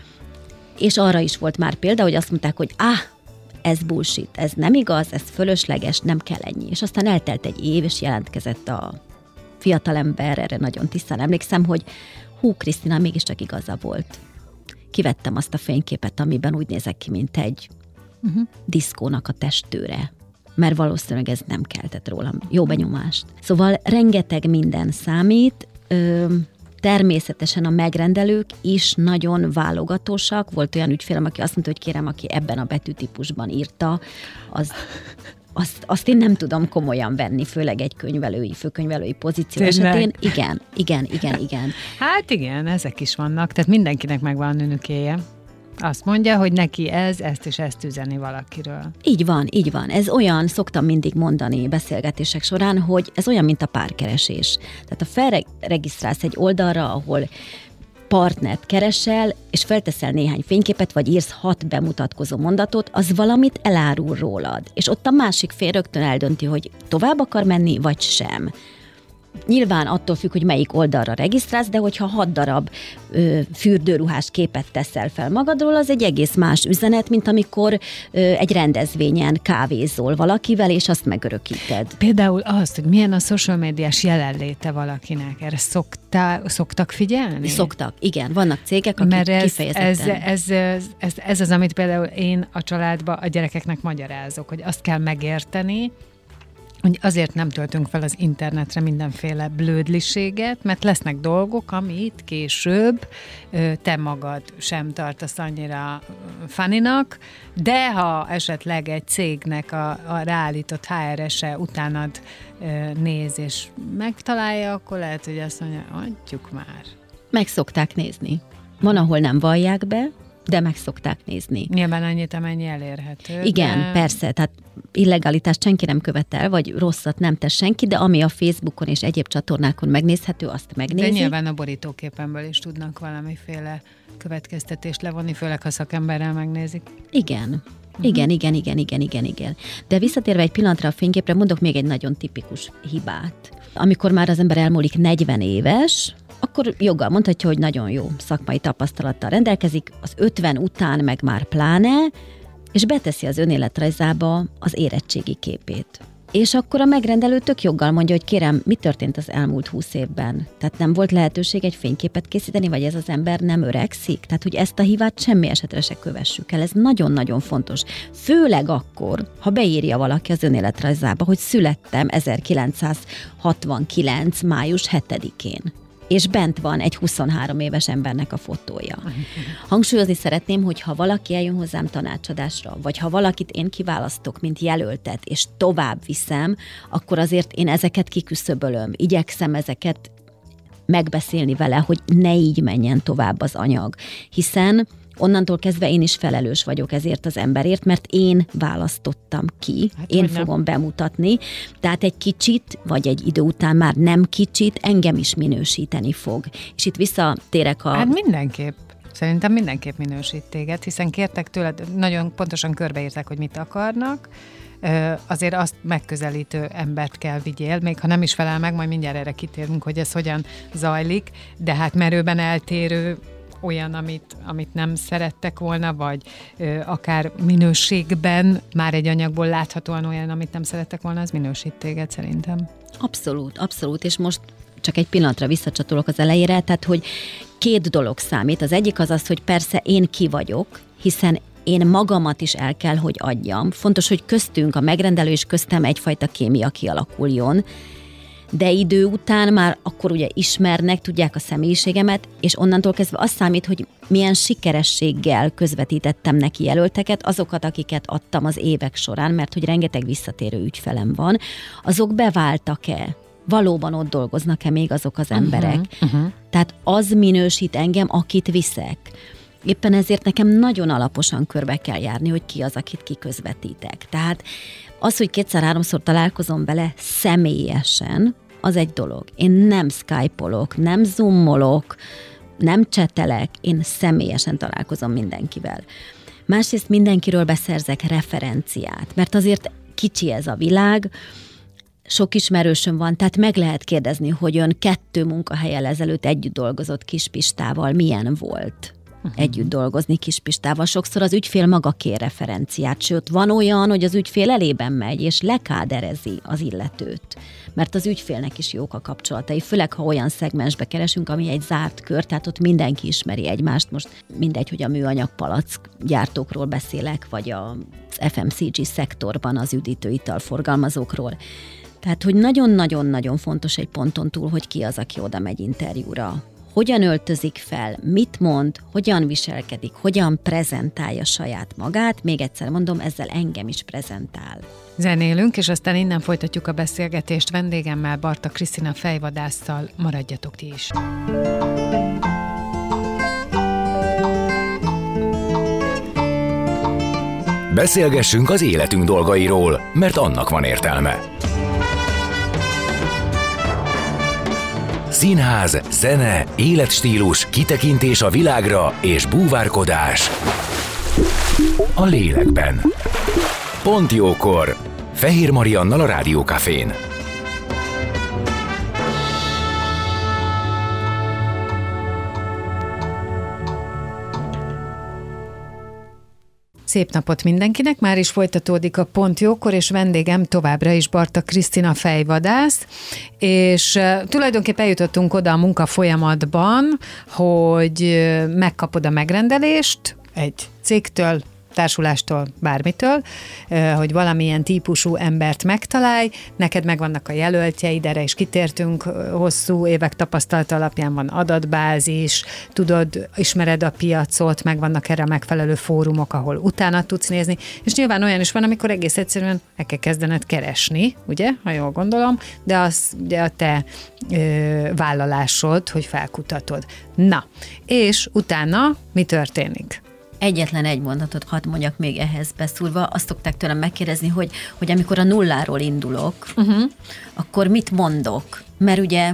És arra is volt már példa, hogy azt mondták, hogy ah, ez bullshit, ez nem igaz, ez fölösleges, nem kell ennyi. És aztán eltelt egy év, és jelentkezett a fiatalember, erre nagyon tisztán emlékszem, hogy hú, Krisztina, mégiscsak igaza volt. Kivettem azt a fényképet, amiben úgy nézek ki, mint egy uh-huh. diszkónak a testőre. Mert valószínűleg ez nem keltett rólam jó benyomást. Szóval rengeteg minden számít, ö, természetesen a megrendelők is nagyon válogatósak. Volt olyan ügyfélem, aki azt mondta, hogy kérem, aki ebben a betűtípusban írta, az... Azt, azt én nem tudom komolyan venni, főleg egy könyvelői, főkönyvelői pozíció Tényleg? esetén. Igen, igen, igen, igen. Hát igen, ezek is vannak, tehát mindenkinek megvan a nünükéje. Azt mondja, hogy neki ez, ezt és ezt üzeni valakiről. Így van, így van. Ez olyan, szoktam mindig mondani beszélgetések során, hogy ez olyan, mint a párkeresés. Tehát ha felregisztrálsz egy oldalra, ahol partnert keresel, és felteszel néhány fényképet, vagy írsz hat bemutatkozó mondatot, az valamit elárul rólad. És ott a másik fél rögtön eldönti, hogy tovább akar menni, vagy sem. Nyilván attól függ, hogy melyik oldalra regisztrálsz, de hogyha hat darab ö, fürdőruhás képet teszel fel magadról, az egy egész más üzenet, mint amikor ö, egy rendezvényen kávézol valakivel, és azt megörökíted. Például azt, hogy milyen a social médiás jelenléte valakinek, erre szoktá, szoktak figyelni? Szoktak, igen. Vannak cégek, akik Mert ez, kifejezetten... Ez, ez, ez, ez, ez az, amit például én a családba a gyerekeknek magyarázok, hogy azt kell megérteni, hogy azért nem töltünk fel az internetre mindenféle blödliséget, mert lesznek dolgok, amit később te magad sem tartasz annyira funnynak, de ha esetleg egy cégnek a, a ráállított há er es-e utánad néz és megtalálja, akkor lehet, hogy azt mondja, adjuk már. Meg szokták nézni. Van, ahol nem vallják be, de meg szokták nézni. Nyilván annyit, amennyi elérhető. Igen, de... persze, tehát illegalitást senki nem követel, vagy rosszat nem tesz senki, de ami a Facebookon és egyéb csatornákon megnézhető, azt megnézi. De nyilván a borítóképemből is tudnak valamiféle következtetést levonni, főleg ha szakemberrel megnézik. Igen. Uh-huh. Igen, igen, igen, igen, igen, igen. De visszatérve egy pillanatra a fényképre, mondok még egy nagyon tipikus hibát. Amikor már az ember elmúlik negyven éves, akkor joggal mondhatja, hogy nagyon jó szakmai tapasztalattal rendelkezik, az ötven után meg már pláne, és beteszi az önéletrajzába az érettségi képét. És akkor a megrendelő tök joggal mondja, hogy kérem, mi történt az elmúlt húsz évben? Tehát nem volt lehetőség egy fényképet készíteni, vagy ez az ember nem öregszik? Tehát, hogy ezt a hibát semmi esetre se kövessük el. Ez nagyon-nagyon fontos. Főleg akkor, ha beírja valaki az önéletrajzába, hogy születtem ezerkilencszázhatvankilenc. május hetedikén. És bent van egy huszonhárom éves embernek a fotója. Hangsúlyozni szeretném, hogy ha valaki eljön hozzám tanácsadásra, vagy ha valakit én kiválasztok, mint jelöltet, és tovább viszem, akkor azért én ezeket kiküszöbölöm. Igyekszem ezeket megbeszélni vele, hogy ne így menjen tovább az anyag. Hiszen onnantól kezdve én is felelős vagyok ezért az emberért, mert én választottam ki, hát, én fogom nem. bemutatni, tehát egy kicsit, vagy egy idő után már nem kicsit, engem is minősíteni fog. És itt visszatérek a... Hát mindenképp. Szerintem mindenképp minősít téged, hiszen kértek tőled, nagyon pontosan körbeírták, hogy mit akarnak, azért azt megközelítő embert kell vigyél, még ha nem is felel meg, majd mindjárt erre kitérünk, hogy ez hogyan zajlik, de hát merőben eltérő olyan, amit, amit nem szerettek volna, vagy ö, akár minőségben már egy anyagból láthatóan olyan, amit nem szerettek volna, az minősít téged szerintem. Abszolút, abszolút, és most csak egy pillanatra visszacsatolok az elejére, tehát, hogy két dolog számít. Az egyik az az, hogy persze én ki vagyok, hiszen én magamat is el kell, hogy adjam. Fontos, hogy köztünk, a megrendelő és köztem egyfajta kémia kialakuljon, de idő után már akkor ugye ismernek, tudják a személyiségemet, és onnantól kezdve az számít, hogy milyen sikerességgel közvetítettem neki jelölteket, azokat, akiket adtam az évek során, mert hogy rengeteg visszatérő ügyfelem van, azok beváltak-e? Valóban ott dolgoznak-e még azok az emberek? Uh-huh, uh-huh. Tehát az minősít engem, akit viszek. Éppen ezért nekem nagyon alaposan körbe kell járni, hogy ki az, akit kiközvetítek. Tehát az, hogy kétszer-háromszor találkozom vele személyesen, az egy dolog. Én nem skype-olok, nem zoomolok, nem csetelek, én személyesen találkozom mindenkivel. Másrészt mindenkiről beszerzek referenciát, mert azért kicsi ez a világ, sok ismerősöm van, tehát meg lehet kérdezni, hogy ön kettő munkahelyen ezelőtt együtt dolgozott Kispistával, milyen volt uh-huh. együtt dolgozni Kispistával. Sokszor az ügyfél maga kér referenciát, sőt, van olyan, hogy az ügyfél elében megy, és lekáderezi az illetőt, mert az ügyfélnek is jók a kapcsolatai, főleg, ha olyan szegmensbe keresünk, ami egy zárt kör, tehát ott mindenki ismeri egymást, most mindegy, hogy a műanyag palack gyártókról beszélek, vagy az ef em cé gé szektorban az üdítőital forgalmazókról. Tehát, hogy nagyon-nagyon-nagyon fontos egy ponton túl, hogy ki az, aki oda megy interjúra. Hogyan öltözik fel, mit mond, hogyan viselkedik, hogyan prezentálja saját magát. Még egyszer mondom, ezzel engem is prezentál. Zenélünk, és aztán innen folytatjuk a beszélgetést vendégemmel, Barta Krisztina fejvadásszal. Maradjatok ti is. Beszélgessünk az életünk dolgairól, mert annak van értelme. Színház, zene, életstílus, kitekintés a világra és búvárkodás a lélekben. Pont jókor! Fehér Mariannal a Rádió Cafén. Szép napot mindenkinek, már is folytatódik a Pont jókor, és vendégem továbbra is Barta Krisztina fejvadász, és uh, tulajdonképpen eljutottunk oda a munka folyamatban, hogy uh, megkapod a megrendelést egy cégtől, társulástól, bármitől, hogy valamilyen típusú embert megtalálj, neked megvannak a jelöltjeid, erre is kitértünk, hosszú évek tapasztalata alapján van adatbázis, tudod, ismered a piacot, megvannak erre a megfelelő fórumok, ahol utána tudsz nézni, és nyilván olyan is van, amikor egész egyszerűen el kell kezdened keresni, ugye, ha jól gondolom, de az ugye a te ö, vállalásod, hogy felkutatod. Na, és utána mi történik? Egyetlen egy mondatot hadd mondjak még ehhez beszúrva. Azt szokták tőlem megkérdezni, hogy, hogy amikor a nulláról indulok, uh-huh. akkor mit mondok? Mert ugye,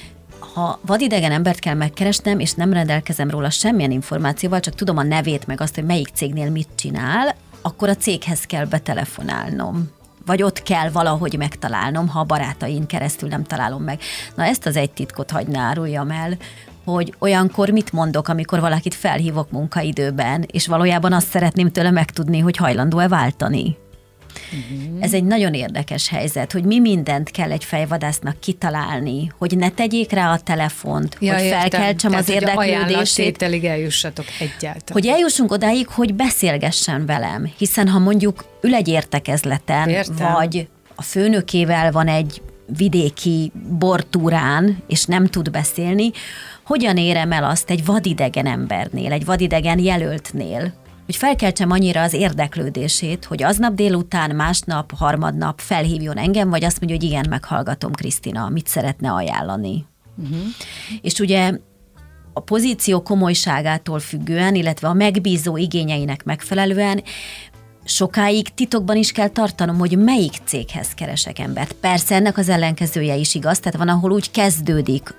ha vadidegen embert kell megkeresnem, és nem rendelkezem róla semmilyen információval, csak tudom a nevét, meg azt, hogy melyik cégnél mit csinál, akkor a céghez kell betelefonálnom. Vagy ott kell valahogy megtalálnom, ha a barátain keresztül nem találom meg. Na, ezt az egy titkot hadd ne áruljam el, hogy olyankor mit mondok, amikor valakit felhívok munkaidőben, és valójában azt szeretném tőle megtudni, hogy hajlandó-e váltani. Uh-huh. Ez egy nagyon érdekes helyzet, hogy mi mindent kell egy fejvadásznak kitalálni, hogy ne tegyék rá a telefont, ja, hogy felkeltsem az érdeklődését. eljussatok egyáltalán. Hogy eljussunk odáig, hogy beszélgessen velem, hiszen ha mondjuk ül egy értekezleten, értem. Vagy a főnökével van egy vidéki bortúrán, és nem tud beszélni, hogyan érem el azt egy vadidegen embernél, egy vadidegen jelöltnél, hogy felkeltsem annyira az érdeklődését, hogy aznap délután, másnap, harmadnap felhívjon engem, vagy azt mondja, hogy igen, meghallgatom, Krisztina, mit szeretne ajánlani. Uh-huh. És ugye a pozíció komolyságától függően, illetve a megbízó igényeinek megfelelően sokáig titokban is kell tartanom, hogy melyik céghez keresek embert. Persze ennek az ellenkezője is igaz, tehát van, ahol úgy kezdődik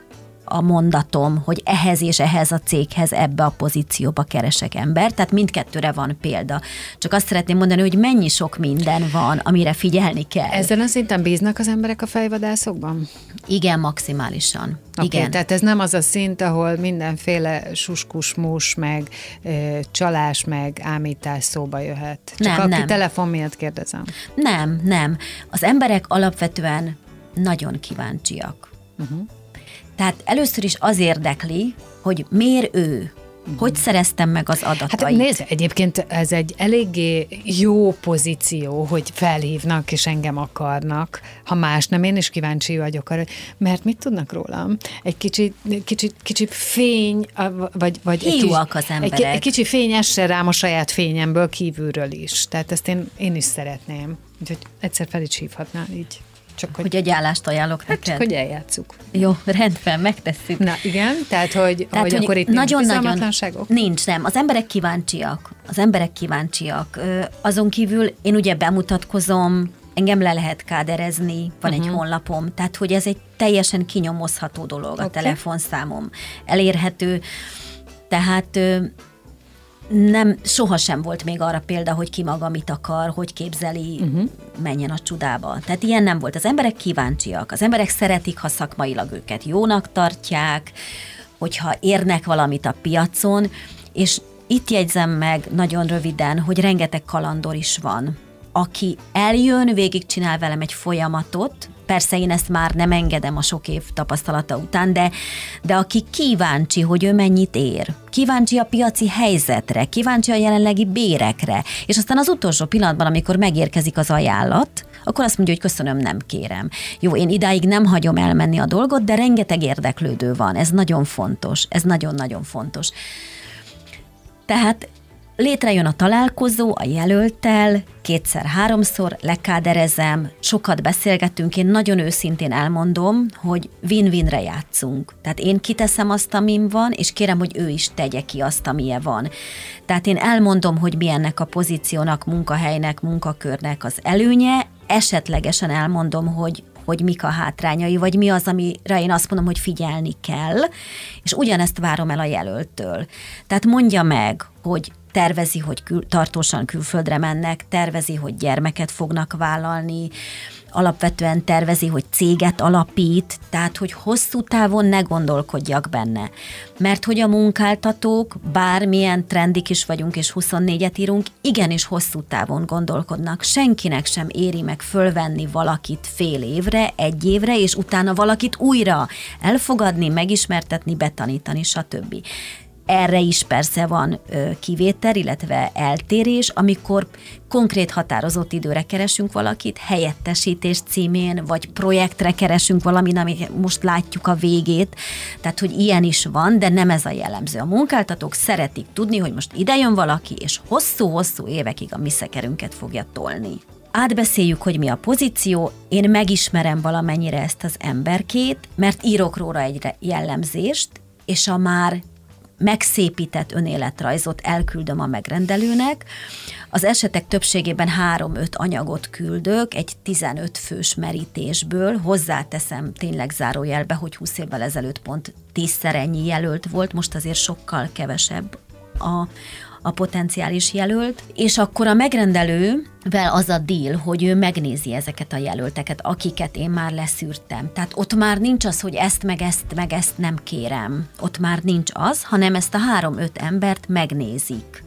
a mondatom, hogy ehhez és ehhez a céghez ebbe a pozícióba keresek ember, tehát mindkettőre van példa. Csak azt szeretném mondani, hogy mennyi sok minden van, amire figyelni kell. Ezen a szinten bíznak az emberek a fejvadászokban? Igen, maximálisan. Okay, Igen. tehát ez nem az a szint, ahol mindenféle suskusmus, meg ö, csalás, meg ámítás szóba jöhet. Csak Nem, aki nem. telefon miatt kérdezem. Nem, nem. Az emberek alapvetően nagyon kíváncsiak. Uh-huh. Tehát először is az érdekli, hogy miért ő, hogy szereztem meg az adatait. Hát nézd, egyébként ez egy eléggé jó pozíció, hogy felhívnak és engem akarnak. Ha más nem, én is kíváncsi vagyok arra, mert mit tudnak rólam? Egy kicsi, kicsi, kicsi fény, vagy, vagy egy, kicsi, Hiúak az emberek. egy, egy kicsi fény essen rám a saját fényemből kívülről is. Tehát ezt én, én is szeretném. Úgyhogy egyszer fel is hívhatnál így. Csak hogy, hogy egy állást ajánlok hát neked. csak, hogy eljátsszuk. Jó, rendben, megtesszük. Na igen, tehát hogy, Tehát, hogy, hogy akkor itt nagyon, nincs nagyon bizalmatlanságok? Nincs, nem. Az emberek kíváncsiak. Az emberek kíváncsiak. Ö, azon kívül én ugye bemutatkozom, engem le lehet káderezni, van uh-huh. egy honlapom, tehát hogy ez egy teljesen kinyomozható dolog, okay. A telefonszámom elérhető, tehát ö, nem, sohasem volt még arra példa, hogy ki maga mit akar, hogy képzeli, uh-huh. menjen a csudába. Tehát ilyen nem volt. Az emberek kíváncsiak, az emberek szeretik, ha szakmailag őket jónak tartják, hogyha érnek valamit a piacon, és itt jegyzem meg nagyon röviden, hogy rengeteg kalandor is van, aki eljön, végigcsinál velem egy folyamatot, persze én ezt már nem engedem a sok év tapasztalata után, de, de aki kíváncsi, hogy ő mennyit ér, kíváncsi a piaci helyzetre, kíváncsi a jelenlegi bérekre, és aztán az utolsó pillanatban, amikor megérkezik az ajánlat, akkor azt mondja, hogy köszönöm, nem kérem. Jó, én idáig nem hagyom elmenni a dolgot, de rengeteg érdeklődő van, ez nagyon fontos, ez nagyon-nagyon fontos. Tehát létrejön a találkozó a jelölttel, kétszer-háromszor lekáderezem, sokat beszélgetünk, én nagyon őszintén elmondom, hogy win-winre játszunk. Tehát én kiteszem azt, amim van, és kérem, hogy ő is tegye ki azt, amilyen van. Tehát én elmondom, hogy mi ennek a pozíciónak, munkahelynek, munkakörnek az előnye, esetlegesen elmondom, hogy hogy mik a hátrányai, vagy mi az, amire én azt mondom, hogy figyelni kell, és ugyanezt várom el a jelöltől. Tehát mondja meg, hogy tervezi, hogy kül, tartósan külföldre mennek, tervezi, hogy gyermeket fognak vállalni, alapvetően tervezi, hogy céget alapít, tehát, hogy hosszú távon ne gondolkodjak benne. Mert hogy a munkáltatók, bármilyen trendik is vagyunk, és huszonnégyet írunk, igenis hosszú távon gondolkodnak. Senkinek sem éri meg fölvenni valakit fél évre, egy évre, és utána valakit újra elfogadni, megismertetni, betanítani, stb. Erre is persze van ö, kivétel, illetve eltérés, amikor konkrét határozott időre keresünk valakit, helyettesítés címén, vagy projektre keresünk valamit, ami most látjuk a végét, tehát hogy ilyen is van, de nem ez a jellemző. A munkáltatók szeretik tudni, hogy most ide jön valaki, és hosszú-hosszú évekig a mi szekerünket fogja tolni. Átbeszéljük, hogy mi a pozíció, én megismerem valamennyire ezt az emberkét, mert írok róla egy jellemzést, és a már megszépített önéletrajzot elküldöm a megrendelőnek. Az esetek többségében három-öt anyagot küldök, egy tizenöt fős merítésből, hozzáteszem tényleg zárójelbe, hogy húsz évvel ezelőtt pont tízszer ennyi jelölt volt, most azért sokkal kevesebb a, a potenciális jelölt, és akkor a megrendelővel az a deal, hogy ő megnézi ezeket a jelölteket, akiket én már leszűrtem. Tehát ott már nincs az, hogy ezt meg ezt meg ezt nem kérem. Ott már nincs az, hanem ezt a három-öt embert megnézik.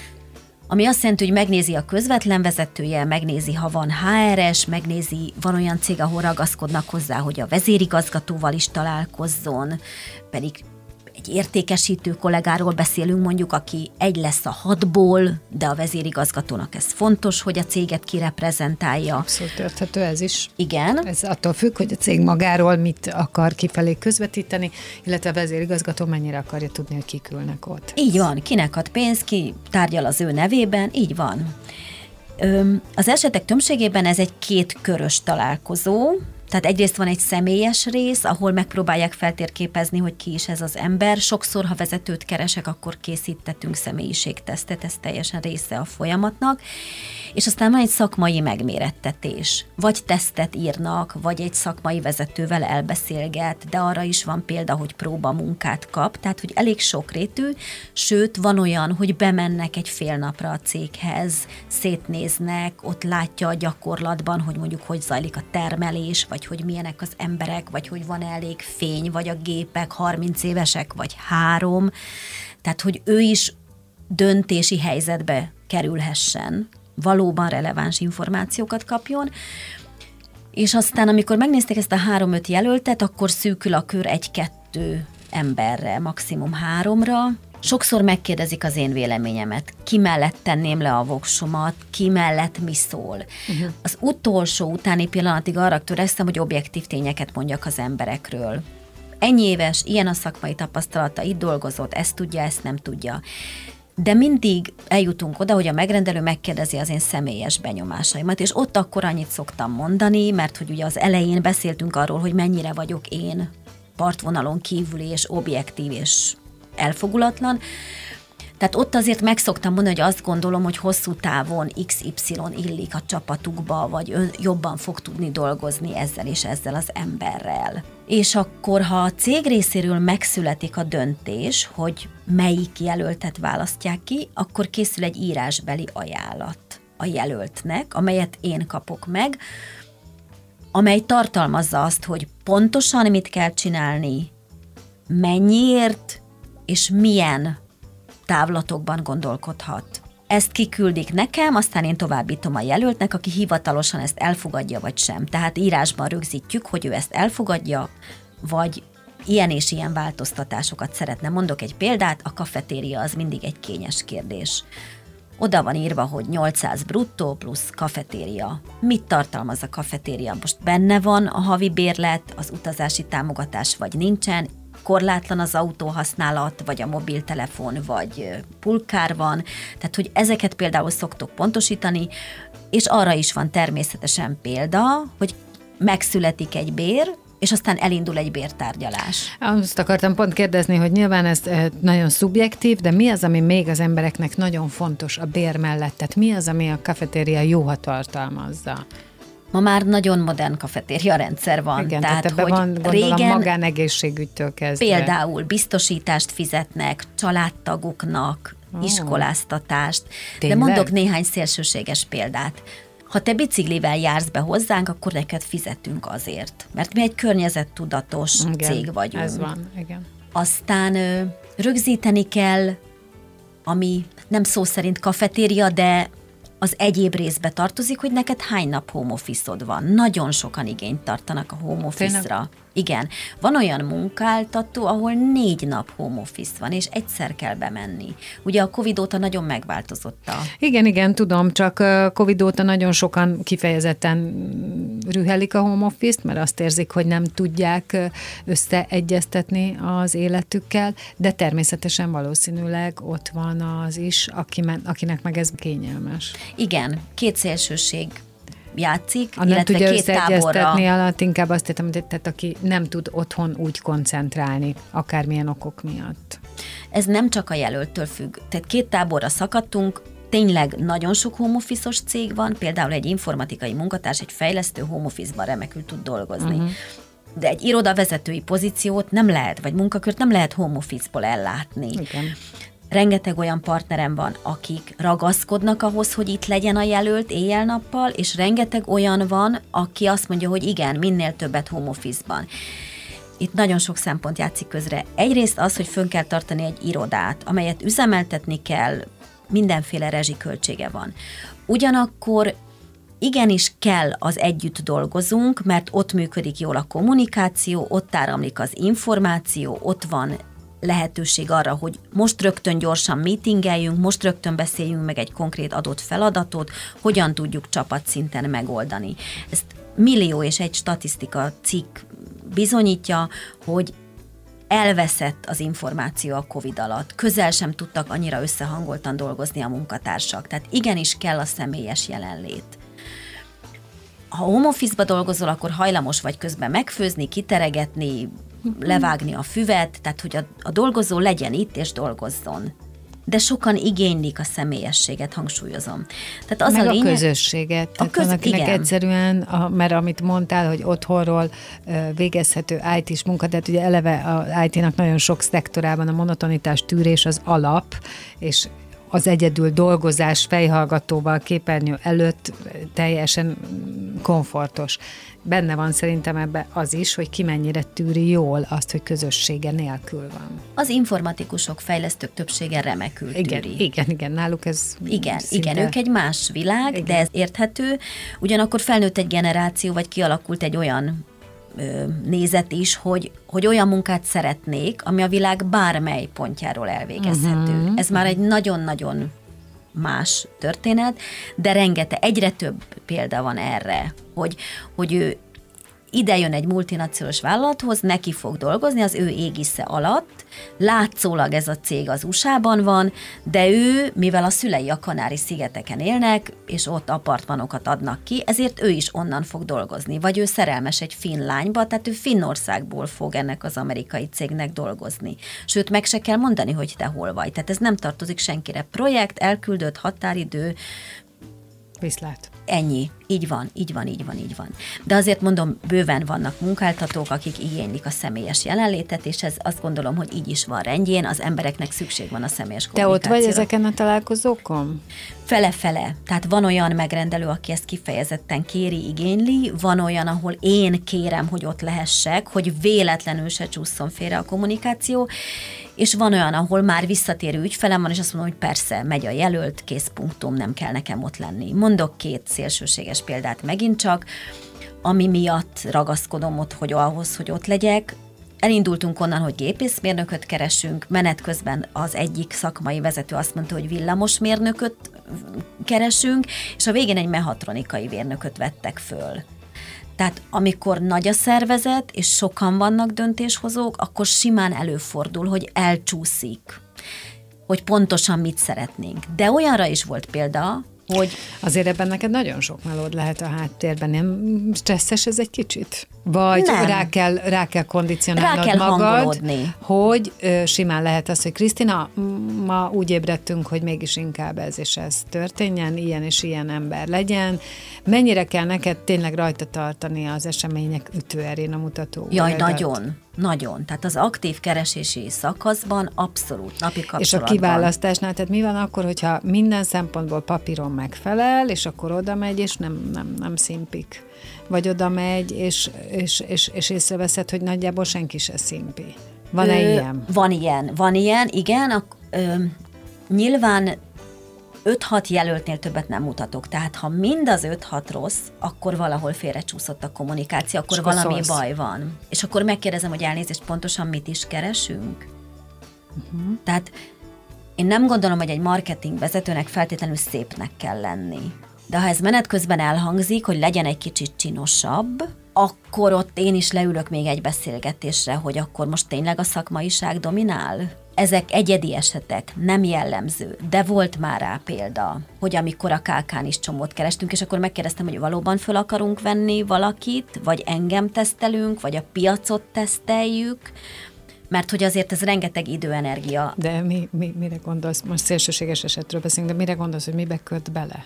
Ami azt jelenti, hogy megnézi a közvetlen vezetője, megnézi, ha van há er es, megnézi, van olyan cég, ahol ragaszkodnak hozzá, hogy a vezérigazgatóval is találkozzon, pedig egy értékesítő kollégáról beszélünk mondjuk, aki egy lesz a hatból, de a vezérigazgatónak ez fontos, hogy a céget kireprezentálja. Abszolút érthető ez is. Igen. Ez attól függ, hogy a cég magáról mit akar kifelé közvetíteni, illetve a vezérigazgató mennyire akarja tudni, hogy kik ülnek ott. Így van, kinek ad pénzt, ki tárgyal az ő nevében, így van. Az esetek többségében ez egy kétkörös találkozó, Tehát egyrészt van egy személyes rész, ahol megpróbálják feltérképezni, hogy ki is ez az ember. Sokszor, ha vezetőt keresek, akkor készítettünk személyiségtesztet, ez teljesen része a folyamatnak. És aztán van egy szakmai megmérettetés. Vagy tesztet írnak, vagy egy szakmai vezetővel elbeszélget, de arra is van példa, hogy próbamunkát kap, tehát hogy elég sokrétű, sőt, van olyan, hogy bemennek egy fél napra a céghez, szétnéznek, ott látja a gyakorlatban, hogy mondjuk hogy zajlik a termelés, vagy hogy milyenek az emberek, vagy hogy van elég fény, vagy a gépek harminc évesek, vagy három. Tehát, hogy ő is döntési helyzetbe kerülhessen, valóban releváns információkat kapjon, és aztán, amikor megnézték ezt a három-öt jelöltet, akkor szűkül a kör egy-kettő emberre, maximum háromra. Sokszor megkérdezik az én véleményemet, ki mellett tenném le a voksomat, ki mellett mi szól. Uh-huh. Az utolsó utáni pillanatig arra törekszem, hogy objektív tényeket mondjak az emberekről. Ennyi éves, ilyen a szakmai tapasztalata, itt dolgozott, ezt tudja, ezt nem tudja. De mindig eljutunk oda, hogy a megrendelő megkérdezi az én személyes benyomásaimat, és ott akkor annyit szoktam mondani, mert hogy ugye az elején beszéltünk arról, hogy mennyire vagyok én partvonalon kívüli és objektív és elfogulatlan. Tehát ott azért meg szoktam mondani, hogy azt gondolom, hogy hosszú távon iksz ipszilon illik a csapatukba, vagy ön jobban fog tudni dolgozni ezzel és ezzel az emberrel. És akkor, ha a cég részéről megszületik a döntés, hogy melyik jelöltet választják ki, akkor készül egy írásbeli ajánlat a jelöltnek, amelyet én kapok meg, amely tartalmazza azt, hogy pontosan mit kell csinálni, mennyiért és milyen távlatokban gondolkodhat. Ezt kiküldik nekem, aztán én továbbítom a jelöltnek, aki hivatalosan ezt elfogadja vagy sem. Tehát írásban rögzítjük, hogy ő ezt elfogadja, vagy ilyen és ilyen változtatásokat szeretne. Mondok egy példát, a kafetéria az mindig egy kényes kérdés. Oda van írva, hogy nyolcszáz bruttó plusz kafetéria. Mit tartalmaz a kafetéria? Most benne van a havi bérlet, az utazási támogatás vagy nincsen, korlátlan az autóhasználat, vagy a mobiltelefon, vagy pultkár van, tehát hogy ezeket például szoktok pontosítani, és arra is van természetesen példa, hogy megszületik egy bér, és aztán elindul egy bértárgyalás. Azt akartam pont kérdezni, hogy nyilván ez nagyon szubjektív, de mi az, ami még az embereknek nagyon fontos a bér mellett? Tehát mi az, ami a kafetéria jó tartalmazza? Ma már nagyon modern kafetéria rendszer van. Igen, tehát, tehát hogy van, régen magánegészségügytől kezdve. Például biztosítást fizetnek családtagoknak, oh. iskoláztatást. Tényleg? De mondok néhány szélsőséges példát. Ha te biciklivel jársz be hozzánk, akkor neked fizetünk azért. Mert mi egy környezettudatos igen, cég vagyunk. Ez van, igen. Aztán ö, rögzíteni kell, ami nem szó szerint kafetéria, de az egyéb részbe tartozik, hogy neked hány nap home office-od van. Nagyon sokan igényt tartanak a home office-ra. Igen. Van olyan munkáltató, ahol négy nap home office van, és egyszer kell bemenni. Ugye a Covid óta nagyon megváltozott a... Igen, igen, tudom, csak Covid óta nagyon sokan kifejezetten rühelik a home office-t, mert azt érzik, hogy nem tudják összeegyeztetni az életükkel, de természetesen valószínűleg ott van az is, akinek meg ez kényelmes. Igen, két szélsőség játszik, a illetve nem két táborra. Alatt inkább azt tettem, tehát aki nem tud otthon úgy koncentrálni, akármilyen okok miatt. Ez nem csak a jelölttől függ. Tehát két táborra szakadtunk, tényleg nagyon sok home office-os cég van, például egy informatikai munkatárs, egy fejlesztő home office-ban remekül tud dolgozni. Uh-huh. De egy irodavezetői pozíciót nem lehet, vagy munkakört nem lehet home office-ból ellátni. Igen. Rengeteg olyan partnerem van, akik ragaszkodnak ahhoz, hogy itt legyen a jelölt éjjel-nappal, és rengeteg olyan van, aki azt mondja, hogy igen, minél többet home office-ban. Itt nagyon sok szempont játszik közre. Egyrészt az, hogy fönn kell tartani egy irodát, amelyet üzemeltetni kell, mindenféle rezsiköltsége van. Ugyanakkor igenis kell az együtt dolgozunk, mert ott működik jól a kommunikáció, ott áramlik az információ, ott van lehetőség arra, hogy most rögtön gyorsan meetingeljünk, most rögtön beszéljünk meg egy konkrét adott feladatot, hogyan tudjuk csapatszinten megoldani. Ezt millió és egy statisztika cikk bizonyítja, hogy elveszett az információ a Covid alatt. Közel sem tudtak annyira összehangoltan dolgozni a munkatársak. Tehát igenis kell a személyes jelenlét. ha home office-ba dolgozol, akkor hajlamos vagy közben megfőzni, kiteregetni, levágni a füvet, tehát hogy a, a dolgozó legyen itt és dolgozzon. De sokan igénylik a személyességet, hangsúlyozom. Tehát az meg a, lényeg, a közösséget. A Tehát köz, van, akinek igen. egyszerűen, a, mert amit mondtál, hogy otthonról végezhető í té-s munka, tehát ugye eleve a í té-nak nagyon sok szektorában a monotonitás tűrés az alap, és az egyedül dolgozás fejhallgatóval képernyő előtt teljesen komfortos. Benne van szerintem ebbe az is, hogy ki mennyire tűri jól azt, hogy közössége nélkül van. Az informatikusok, fejlesztők többsége remekül tűri. Igen, igen, igen, náluk ez Igen, szinte... igen, ők egy más világ, igen. De ez érthető. Ugyanakkor felnőtt egy generáció, vagy kialakult egy olyan ö, nézet is, hogy, hogy olyan munkát szeretnék, ami a világ bármely pontjáról elvégezhető. Uh-huh. Ez már egy nagyon-nagyon más történet, de rengeteg, egyre több példa van erre, hogy, hogy ő ide jön egy multinacionális vállalathoz, neki fog dolgozni az ő égisze alatt, látszólag ez a cég az u es á-ban van, de ő, mivel a szülei a Kanári-szigeteken élnek, és ott apartmanokat adnak ki, ezért ő is onnan fog dolgozni. Vagy ő szerelmes egy finn lányba, tehát ő Finnországból fog ennek az amerikai cégnek dolgozni. Sőt, meg se kell mondani, hogy te hol vagy. Tehát ez nem tartozik senkire. Projekt, elküldött határidő, viszlát. Ennyi. Így van, így van, így van, így van. De azért mondom, bőven vannak munkáltatók, akik igénylik a személyes jelenlétet, és ez azt gondolom, hogy így is van rendjén, az embereknek szükség van a személyes kommunikációra. Te ott vagy ezeken a találkozókon? Fele-fele. Tehát van olyan megrendelő, aki ezt kifejezetten kéri, igényli, van olyan, ahol én kérem, hogy ott lehessek, hogy véletlenül se csúszson félre a kommunikáció, és van olyan, ahol már visszatérő ügyfelem van, és azt mondom, hogy persze, megy a jelölt, készpunktum, nem kell nekem ott lenni. Mondok két szélsőséges példát megint csak, ami miatt ragaszkodom ott, hogy ahhoz, hogy ott legyek. Elindultunk onnan, hogy gépészmérnököt keresünk, menet közben az egyik szakmai vezető azt mondta, hogy villamosmérnököt keresünk, és a végén egy mechatronikai vérnököt vettek föl. Tehát amikor nagy a szervezet, és sokan vannak döntéshozók, akkor simán előfordul, hogy elcsúszik, hogy pontosan mit szeretnénk. De olyanra is volt példa, hogy... Azért ebben neked nagyon sok melód lehet a háttérben, nem stresszes ez egy kicsit? Vagy nem. rá kell, rá kell kondicionálnod rá kell magad, hangolódni. hogy ö, simán lehet az, hogy Krisztina, ma úgy ébredtünk, hogy mégis inkább ez és ez történjen, ilyen és ilyen ember legyen. Mennyire kell neked tényleg rajta tartani az események ütőerén a mutató? Jaj, nagyon, nagyon. Tehát az aktív keresési szakaszban abszolút napi kapcsolatban. És a kiválasztásnál, tehát mi van akkor, hogyha minden szempontból papíron megfelel, és akkor oda megy, és nem, nem, nem szimpik? Vagy oda megy, és, és, és, és észreveszed, hogy nagyjából senki se szimpi. Van-e ö, ilyen? Van ilyen, van ilyen, igen. A, ö, nyilván öt-hat jelöltnél többet nem mutatok. Tehát ha mind az öt-hat rossz, akkor valahol félrecsúszott a kommunikáció, akkor és valami szólsz. baj van. És akkor megkérdezem, hogy elnézést, pontosan mit is keresünk? Uh-huh. Tehát én nem gondolom, hogy egy marketing vezetőnek feltétlenül szépnek kell lenni. De ha ez menet közben elhangzik, hogy legyen egy kicsit csinosabb, akkor ott én is leülök még egy beszélgetésre, hogy akkor most tényleg a szakmaiság dominál? Ezek egyedi esetek, nem jellemző, de volt már rá példa, hogy amikor a ká kán is csomót kerestünk, és akkor megkérdeztem, hogy valóban föl akarunk venni valakit, vagy engem tesztelünk, vagy a piacot teszteljük, mert hogy azért ez rengeteg időenergia. De mi, mi, mire gondolsz? Most szélsőséges esetről beszélünk, de mire gondolsz, hogy mibe köt bele?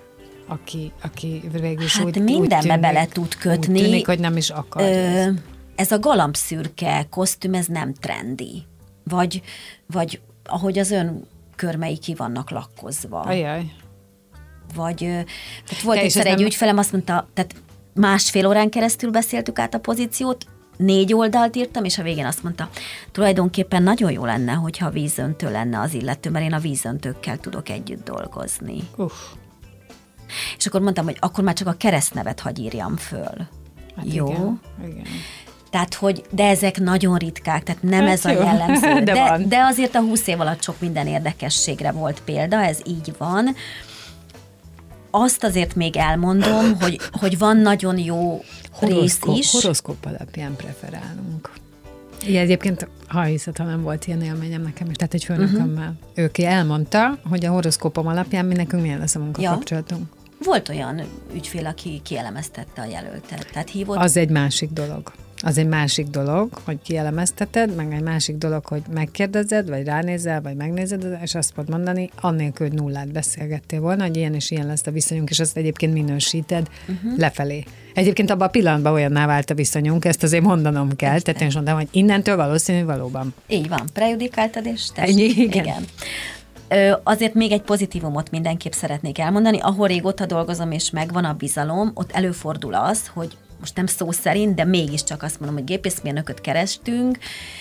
Aki, aki végül is hát úgy, mindenbe úgy tűnik, bele tud kötni. Úgy tűnik, hogy nem is akar. Ö, ez a galambszürke kosztüm, ez nem trendi. Vagy, vagy ahogy az ön körmei ki vannak lakkozva. Ajaj. Vagy tehát volt Te egyszer egy nem... ügyfelem, azt mondta, tehát másfél órán keresztül beszéltük át a pozíciót, négy oldalt írtam, és a végén azt mondta, tulajdonképpen nagyon jó lenne, hogyha vízöntő lenne az illető, mert én a vízöntőkkel tudok együtt dolgozni. Uff. És akkor mondtam, hogy akkor már csak a keresztnevet hagy írjam föl. Hát jó? Igen, igen. Tehát, hogy, de ezek nagyon ritkák, tehát nem hát ez jó. a jellemző. De, de, de azért a húsz év alatt sok minden érdekességre volt példa, ez így van. Azt azért még elmondom, hogy, hogy van nagyon jó Horoszkó, rész is. Horoszkóp alapján preferálunk. Igen, egyébként, ha hiszed, ha nem volt ilyen élményem nekem is, tehát egy főnökömmel. Uh-huh. Ő ki elmondta, hogy a horoszkópom alapján mi nekünk milyen lesz a munkakapcsolatunk. Volt olyan ügyfél, aki kielemeztette a jelöltet. Tehát hívott... Az egy másik dolog. Az egy másik dolog, hogy kielemezteted, meg egy másik dolog, hogy megkérdezed, vagy ránézel, vagy megnézed, és azt fogod mondani, annélkül, hogy nullát beszélgettél volna, hogy ilyen és ilyen lesz a viszonyunk, és azt egyébként minősíted uh-huh. lefelé. Egyébként abban a pillanatban olyanná vált a viszonyunk, ezt azért mondanom kell, tehát én is mondtam, hogy innentől valószínű valóban. Így van, prejudikáltad, és te. Ennyi, igen. igen. Ö, azért még egy pozitívumot mindenképp szeretnék elmondani, ahol régóta dolgozom, és megvan a bizalom, ott előfordul az, hogy most nem szó szerint, de mégiscsak azt mondom, hogy gépészmérnököt kerestünk,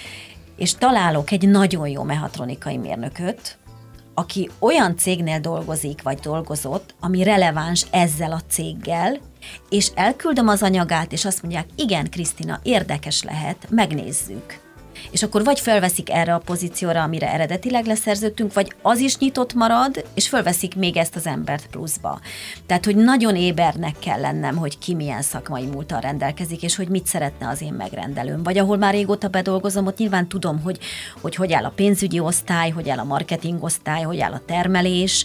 és találok egy nagyon jó mehatronikai mérnököt, aki olyan cégnél dolgozik, vagy dolgozott, ami releváns ezzel a céggel, és elküldöm az anyagát, és azt mondják, igen, Krisztina, érdekes lehet, megnézzük. És akkor vagy felveszik erre a pozícióra, amire eredetileg leszerződtünk, vagy az is nyitott marad, és felveszik még ezt az embert pluszba. Tehát, hogy nagyon ébernek kell lennem, hogy ki milyen szakmai múlttal rendelkezik, és hogy mit szeretne az én megrendelőm. Vagy ahol már régóta bedolgozom, ott nyilván tudom, hogy hogy, hogy áll a pénzügyi osztály, hogy áll a marketing osztály, hogy áll a termelés,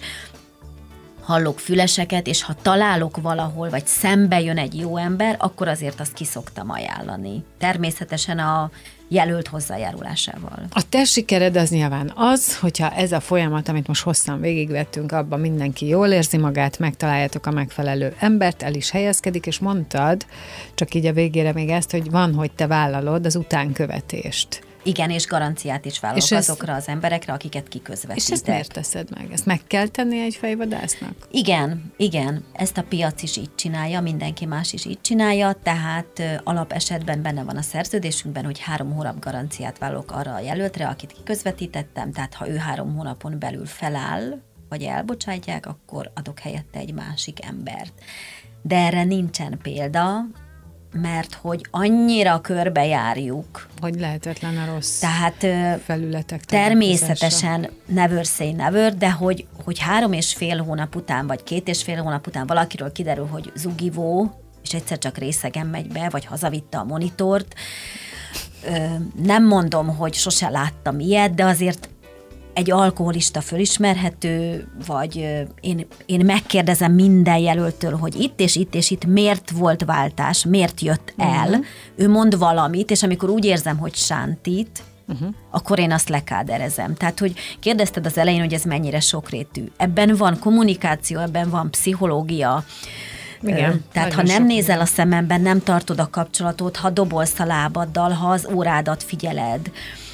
hallok füleseket, és ha találok valahol, vagy szembe jön egy jó ember, akkor azért azt ki szoktam ajánlani. Természetesen a jelölt hozzájárulásával. A te sikered az nyilván az, hogyha ez a folyamat, amit most hosszan végigvettünk, abban mindenki jól érzi magát, megtaláljátok a megfelelő embert, el is helyezkedik, és mondtad, csak így a végére még ezt, hogy van, hogy te vállalod az utánkövetést. Igen, és garanciát is vállalok és ez, azokra az emberekre, akiket kiközvetítek. És ezt miért teszed meg? Ezt meg kell tenni egy fejvadásznak? Igen, igen. Ezt a piac is így csinálja, mindenki más is így csinálja, tehát alapesetben benne van a szerződésünkben, hogy három hónap garanciát vállalok arra a jelöltre, akit kiközvetítettem, tehát ha ő három hónapon belül feláll, vagy elbocsátják, akkor adok helyette egy másik embert. De erre nincsen példa, mert hogy annyira körbejárjuk. Hogy lehetetlen a rossz Tehát felületek. Természetesen never say never, de hogy, hogy három és fél hónap után, vagy két és fél hónap után valakiről kiderül, hogy zugivó, és egyszer csak részegen megy be, vagy hazavitte a monitort. Nem mondom, hogy sose láttam ilyet, de azért egy alkoholista fölismerhető, vagy én, én megkérdezem minden jelöltől, hogy itt és itt és itt miért volt váltás, miért jött el, uh-huh. ő mond valamit, és amikor úgy érzem, hogy sántít, uh-huh. akkor én azt lekáderezem. Tehát, hogy kérdezted az elején, hogy ez mennyire sokrétű. Ebben van kommunikáció, ebben van pszichológia. Igen, tehát ha nem nézel a szememben, nem tartod a kapcsolatot, ha dobolsz a lábaddal, ha az órádat figyeled,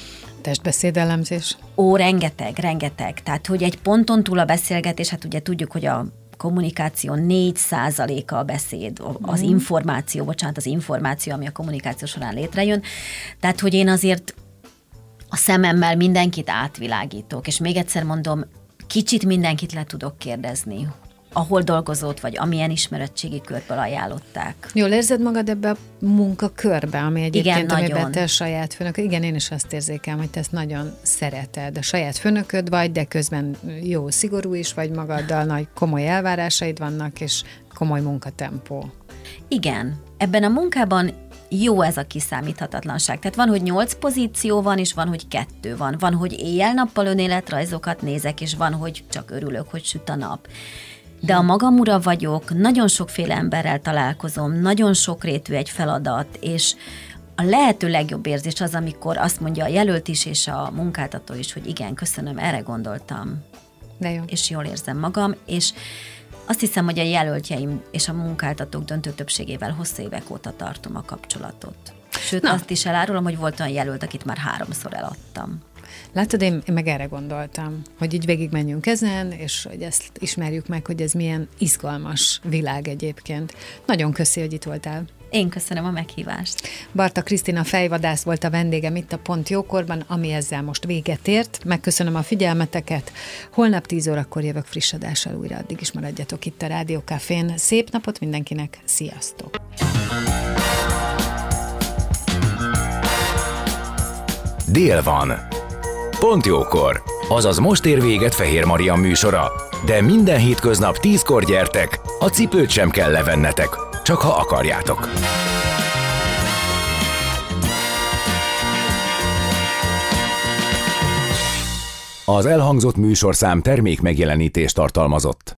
testbeszédelemzés? Ó, rengeteg, rengeteg. Tehát, hogy egy ponton túl a beszélgetés, hát ugye tudjuk, hogy a kommunikáció négy százaléka a beszéd, az mm. információ, bocsánat, az információ, ami a kommunikáció során létrejön. Tehát, hogy én azért a szememmel mindenkit átvilágítok, és még egyszer mondom, kicsit mindenkit le tudok kérdezni, ahol dolgozott, vagy amilyen ismeretségi körből ajánlották. Jól érzed magad ebbe a munkakörbe, ami egyébként, igen, amiben nagyon. te a saját főnök, igen, én is azt érzékelem, hogy te ezt nagyon szereted. A saját főnököd vagy, de közben jó, szigorú is vagy magaddal, nagy komoly elvárásaid vannak, és komoly munkatempó. Igen. Ebben a munkában jó ez a kiszámíthatatlanság. Tehát van, hogy nyolc pozíció van, és van, hogy kettő van. Van, hogy éjjel-nappal önéletrajzokat nézek, és van, hogy csak örülök, hogy süt a nap. De a magam ura vagyok, nagyon sokféle emberrel találkozom, nagyon sokrétű egy feladat, és a lehető legjobb érzés az, amikor azt mondja a jelölt is, és a munkáltató is, hogy igen, köszönöm, erre gondoltam. De jó. És jól érzem magam, és azt hiszem, hogy a jelöltjeim és a munkáltatók döntő többségével hosszú évek óta tartom a kapcsolatot. Sőt, Na. azt is elárulom, hogy volt olyan jelölt, akit már háromszor eladtam. Látod, én, én meg erre gondoltam, hogy így végigmenjünk ezen, és hogy ezt ismerjük meg, hogy ez milyen izgalmas világ egyébként. Nagyon köszi, hogy itt voltál. Én köszönöm a meghívást. Barta Krisztina fejvadász volt a vendégem itt a Pont Jókorban, ami ezzel most véget ért. Megköszönöm a figyelmeteket. Holnap tíz órakor jövök friss adással újra, addig is maradjatok itt a Rádió Cafén. Szép napot mindenkinek, sziasztok! Dél van. Pont jókor. Azaz most ér véget Fehér Maria műsora. De minden hétköznap tízkor gyertek, a cipőt sem kell levennetek, csak ha akarjátok. Az elhangzott műsorszám termék megjelenítést tartalmazott.